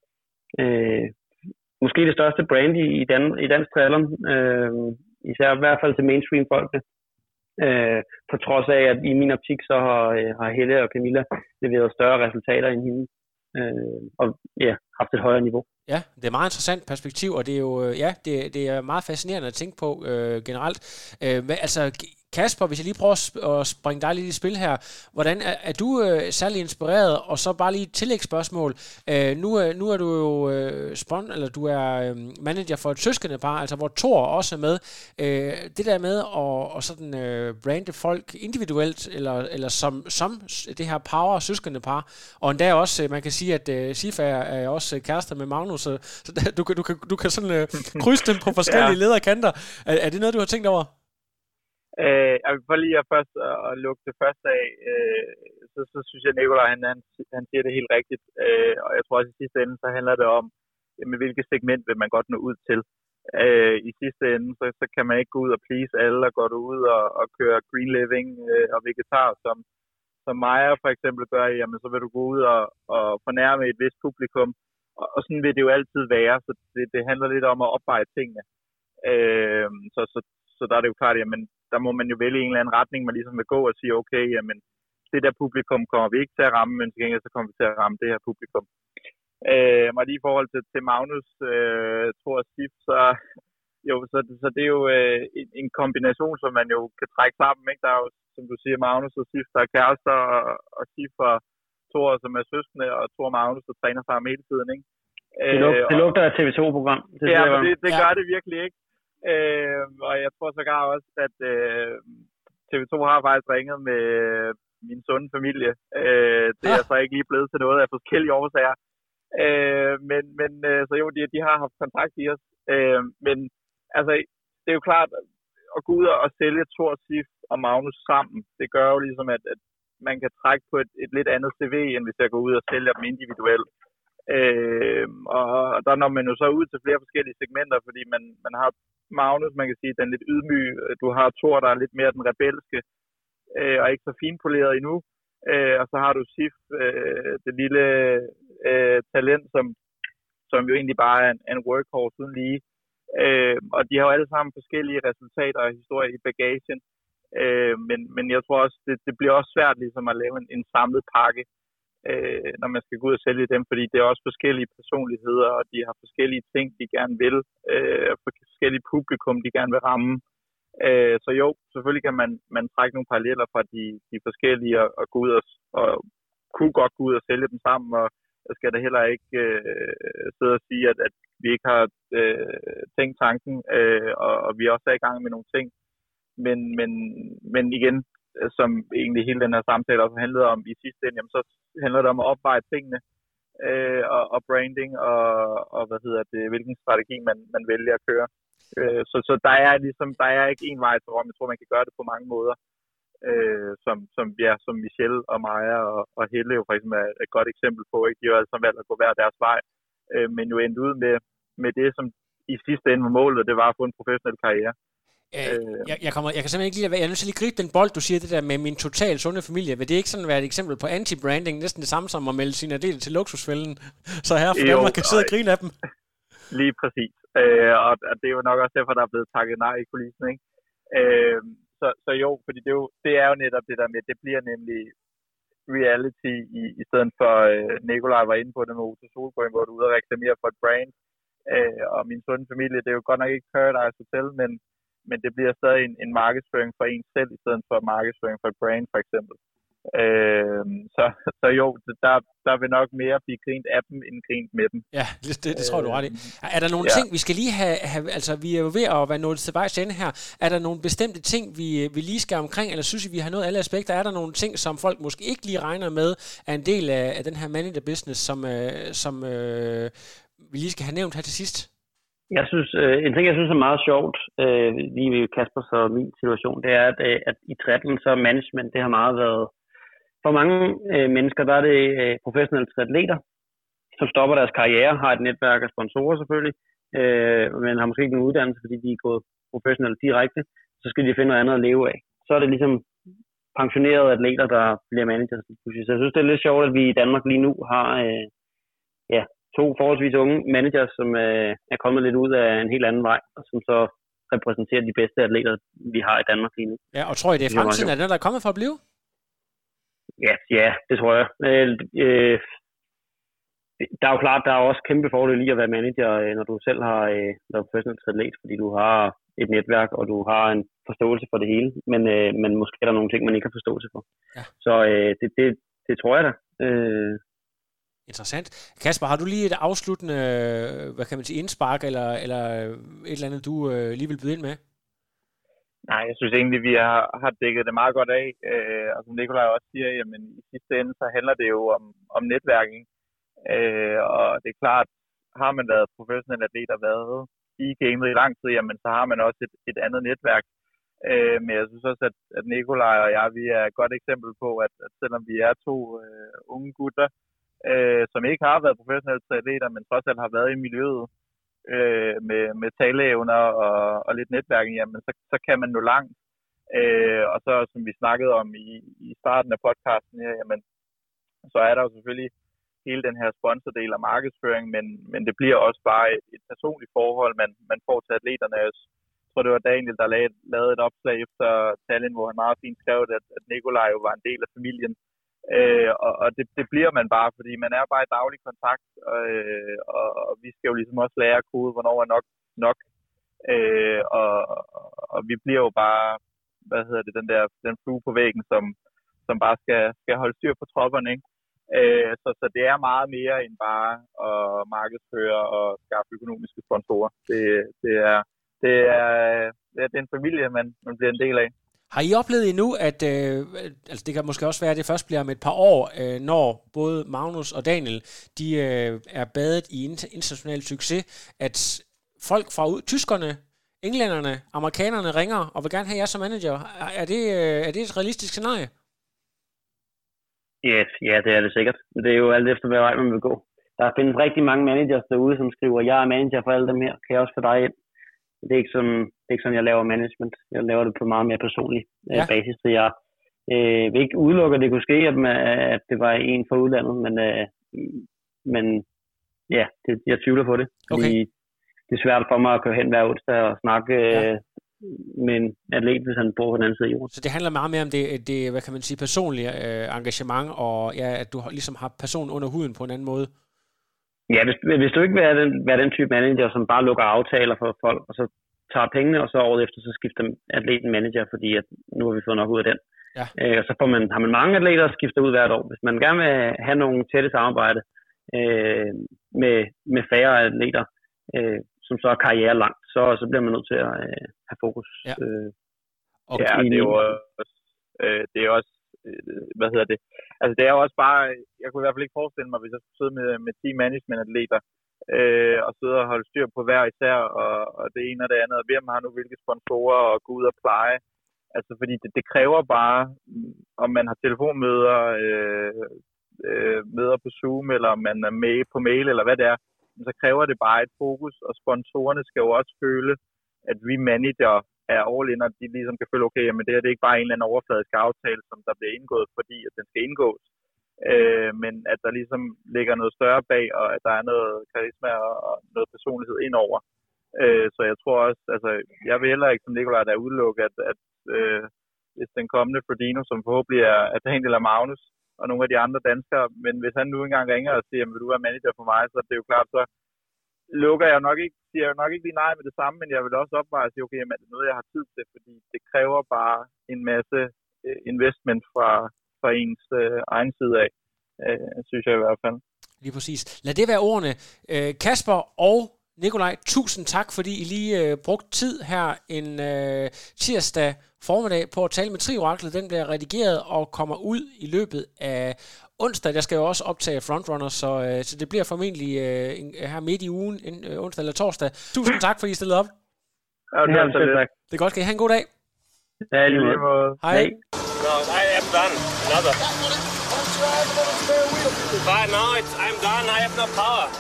måske det største brand i dansk triathlon, især i hvert fald til mainstream-folkene. På trods af, at i min optik, så har Helle og Camilla leveret større resultater end hende, og haft et højere niveau. Ja, det er et meget interessant perspektiv, og det er jo det er meget fascinerende at tænke på generelt. Altså Kasper, hvis jeg lige prøver at springe dig lidt i spil her, hvordan er du særlig inspireret, og så bare lige et tillægsspørgsmål. Nu er du jo du er manager for et søskende par, altså hvor Thor også er med. Det der med at sådan brande folk individuelt, eller som det her power søskende par, og endda også, man kan sige, at Sifa er også kærester med Magnus, så du kan sådan krydse dem på forskellige lederkanter. Er det noget, du har tænkt over? Jeg vil bare lige først at lukke det første af, så synes jeg, Nikolaj, han siger det helt rigtigt, og jeg tror også i sidste ende, så handler det om, hvilket segment vil man godt nå ud til. I sidste ende, så kan man ikke gå ud og please alle, og gå ud og køre green living og vegetar, som Maja for eksempel gør, jamen så vil du gå ud og fornærme et vist publikum, og sådan vil det jo altid være, så det handler lidt om at opveje tingene. Så der er det jo klart, jamen der må man jo vælge en eller anden retning, man ligesom vil gå og sige, okay, jamen det der publikum kommer vi ikke til at ramme, men til gengæld så kommer vi til at ramme det her publikum. Og lige i forhold til Magnus, Thor og Sif, så det er jo en kombination, som man jo kan trække sammen, ikke? Der er jo, som du siger, Magnus og Sif, der er kærester, og Sif og Thor, som er søskende, og Thor Magnus, der træner sammen hele tiden, ikke? Det lugter af TV2-program. Det gør det virkelig ikke. Og jeg tror sågar også, at TV2 har faktisk ringet med min sunde familie. Det er så ikke lige blevet til noget af forskellige årsager. Så jo, de har haft kontakt i os. Men altså, det er jo klart, at gå ud og sælge Thor, Sif og Magnus sammen, det gør jo ligesom, at man kan trække på et lidt andet CV, end hvis jeg går ud og sælger dem individuelt. Og der når man jo så ud til flere forskellige segmenter, fordi man har Magnus, man kan sige, den lidt ydmyge. Du har Thor, der er lidt mere den rebelske, og ikke så finpoleret endnu. Og så har du Sif, det lille talent, som jo egentlig bare er en workhorse uden lige. Og de har jo alle sammen forskellige resultater og historier i bagagen. Men jeg tror også, det bliver også svært ligesom at lave en samlet pakke, når man skal gå ud og sælge dem, fordi det er også forskellige personligheder, og de har forskellige ting, de gerne vil, forskellige publikum, de gerne vil ramme. Så jo, selvfølgelig kan man trække nogle paralleller fra de forskellige og gå ud og kunne godt gå ud og sælge dem sammen, og jeg skal da heller ikke sidde og sige, at vi ikke har tænkt tanken, og vi også er i gang med nogle ting. Men igen, som egentlig hele den her samtale også handlede om i sidste ende, jamen, så handler det om at opveje tingene, og branding, og hvilken strategi man vælger at køre. Så der er ikke en vej til Rom. Jeg tror, man kan gøre det på mange måder. Som Michelle og Maja og Helle jo for eksempel er et godt eksempel på. Ikke? De har altså valgt at gå hver deres vej, men jo endte ud med det, som i sidste ende var målet, det var at få en professionel karriere. Jeg kan simpelthen ikke lide at være. Jeg er nødt til at gribe den bold, du siger, det der med min totalt sunde familie. Vil det ikke sådan være et eksempel på anti-branding? Næsten det samme som at melde sine atleter til luksusfælden. Så her for Danmark kan sidde og grine af dem. Lige præcis. Og det er jo nok også derfor, der er blevet takket nej i kulissen, ikke? Så jo, fordi det er jo netop det der med, det bliver nemlig reality i stedet for, Nikolaj var inde på det med Ute Solgård, hvor du er ude og reklamere for et brand, og min sunde familie, det er jo godt nok ikke Paradise Hotel, men det bliver stadig en markedsføring for en selv, i stedet for markedsføring for et brand, for eksempel. Så jo, der vil nok mere blive grint af dem, end grint med dem. Ja, det tror jeg, du er ret i. Er der nogle ting, vi skal lige have, altså vi er jo ved at være nået til vejs ende her, er der nogle bestemte ting, vi lige skal omkring, eller synes I, vi har nået alle aspekter? Er der nogle ting, som folk måske ikke lige regner med, er en del af den her manager business, som vi lige skal have nævnt her til sidst? Jeg synes, en ting, jeg synes er meget sjovt, lige ved Kaspers og min situation, det er, at i triathlon, så management, det har meget været, for mange mennesker, der er det professionelle triatleter, som stopper deres karriere, har et netværk af sponsorer selvfølgelig, men har måske ikke nogen uddannelse, fordi de er gået professionelt direkte, så skal de finde noget andet at leve af. Så er det ligesom pensionerede atleter, der bliver managers. Så jeg synes, det er lidt sjovt, at vi i Danmark lige nu har to forholdsvis unge managers, som er kommet lidt ud af en helt anden vej, og som så repræsenterer de bedste atleter, vi har i Danmark lige nu. Ja, og tror I, det er fremtiden, at der er kommet for at blive? Ja, det tror jeg. Der er jo klart, der er også kæmpe fordel i at være manager, når du selv har været professionel atlet, fordi du har et netværk, og du har en forståelse for det hele, men måske er der nogle ting, man ikke har forståelse for. Ja. Så det tror jeg da. Interessant. Kasper, har du lige et afsluttende, hvad kan man sige, indspark, eller et eller andet, du lige vil byde ind med? Nej, jeg synes egentlig, vi har dækket det meget godt af. Og som Nikolaj også siger, jamen i sidste ende, så handler det jo om netværking. Og det er klart, har man været professionel atlet og været i gamet i lang tid, jamen så har man også et andet netværk. Men jeg synes også, at Nikolaj og jeg, vi er et godt eksempel på, at selvom vi er to unge gutter, som ikke har været professionelle atleter, men trods alt har været i miljøet med taleevner og lidt netværking, jamen så kan man nå langt. Og så som vi snakkede om i starten af podcasten her, jamen så er der jo selvfølgelig hele den her sponsordel af markedsføring, men det bliver også bare et personligt forhold, man får til atleterne. Jeg tror, det var Daniel, der lavede et opslag efter Tallinn, hvor han meget fint skrev, at Nikolaj jo var en del af familien. Og det bliver man bare, fordi man er bare i daglig kontakt, og vi skal jo ligesom også lære kode, hvornår er nok. Og vi bliver jo bare, den flue på væggen, som bare skal holde styr på tropperne, ikke? Så det er meget mere end bare at markedsføre og skaffe økonomiske sponsorer. Det er en familie, man bliver en del af. Har I oplevet endnu, at altså det kan måske også være, at det først bliver om et par år, når både Magnus og Daniel, de er badet i international succes, at folk fra tyskerne, englænderne, amerikanerne ringer og vil gerne have jer som manager. Er det et realistisk scenarie? Yes, ja, det er det sikkert. Det er jo alt efter, hvad vej man vil gå. Der findes rigtig mange managers derude, som skriver, jeg er manager for alle dem her, kan jeg også få dig ind? Det er ikke sådan, jeg laver management. Jeg laver det på meget mere personlig basis, så jeg vil ikke udelukke, at det kunne ske, at det var en fra udlandet, men ja, jeg tvivler på det. Fordi det er svært for mig at køre hen hver onsdag og snakke med en atlet, hvis han bor på den anden side af jorden. Så det handler meget mere om det hvad kan man sige, personlige engagement, og ja, at du ligesom har personen under huden på en anden måde. Ja, hvis du ikke vil være den type manager, som bare lukker aftaler for folk, og så tager pengene, og så året efter, så skifter atleten manager, fordi at nu har vi fået nok ud af den. Ja. Og så har man mange atleter, der skifter ud hvert år. Hvis man gerne vil have nogle tætte samarbejde med færre atleter, som så er karriere langt, så bliver man nødt til at have fokus. Ja. Det er jo også hvad hedder det? Altså det er jo også bare, jeg kunne i hvert fald ikke forestille mig, hvis jeg skulle sidde med 10 management-atleter og sidde og holde styr på hver især, og det ene og det andet, og hvem har nu hvilke sponsorer og gå ud og pleje. Altså fordi det kræver bare, om man har telefonmøder, møder på Zoom, eller om man er med på mail, eller hvad det er, så kræver det bare et fokus, og sponsorerne skal jo også føle, at vi manager er all in, og de ligesom kan føle, okay, men det er ikke bare en eller anden overfladisk aftale, som der bliver indgået, fordi at den skal indgås, men at der ligesom ligger noget større bag, og at der er noget karisma og noget personlighed indover. Så jeg tror også, altså, jeg vil heller ikke som Nikolaj der udelukke, at hvis den kommende Frodeno, som forhåbentlig er Daniel eller Magnus, og nogle af de andre danskere, men hvis han nu engang ringer og siger, vil du være manager for mig, så er det jo klart, så siger jeg nok ikke lige nej med det samme, men jeg vil også opveje og sige, okay, men det er noget, jeg har tid til, fordi det kræver bare en masse investment fra ens egen side af, synes jeg i hvert fald. Lige præcis. Lad det være ordene. Kasper og Nikolaj, tusind tak, fordi I lige brugte tid her en tirsdag formiddag på at tale med Trioraklet. Den bliver redigeret og kommer ud i løbet af onsdag. Der skal jo også optage Frontrunner, så det bliver formentlig her midt i ugen, onsdag eller torsdag. Tusind tak, fordi I stillede op. Ja, det er godt. Skal I have en god dag? Ja, lige måde. Hej. No, I am done. Another. But now I'm done. I have no power.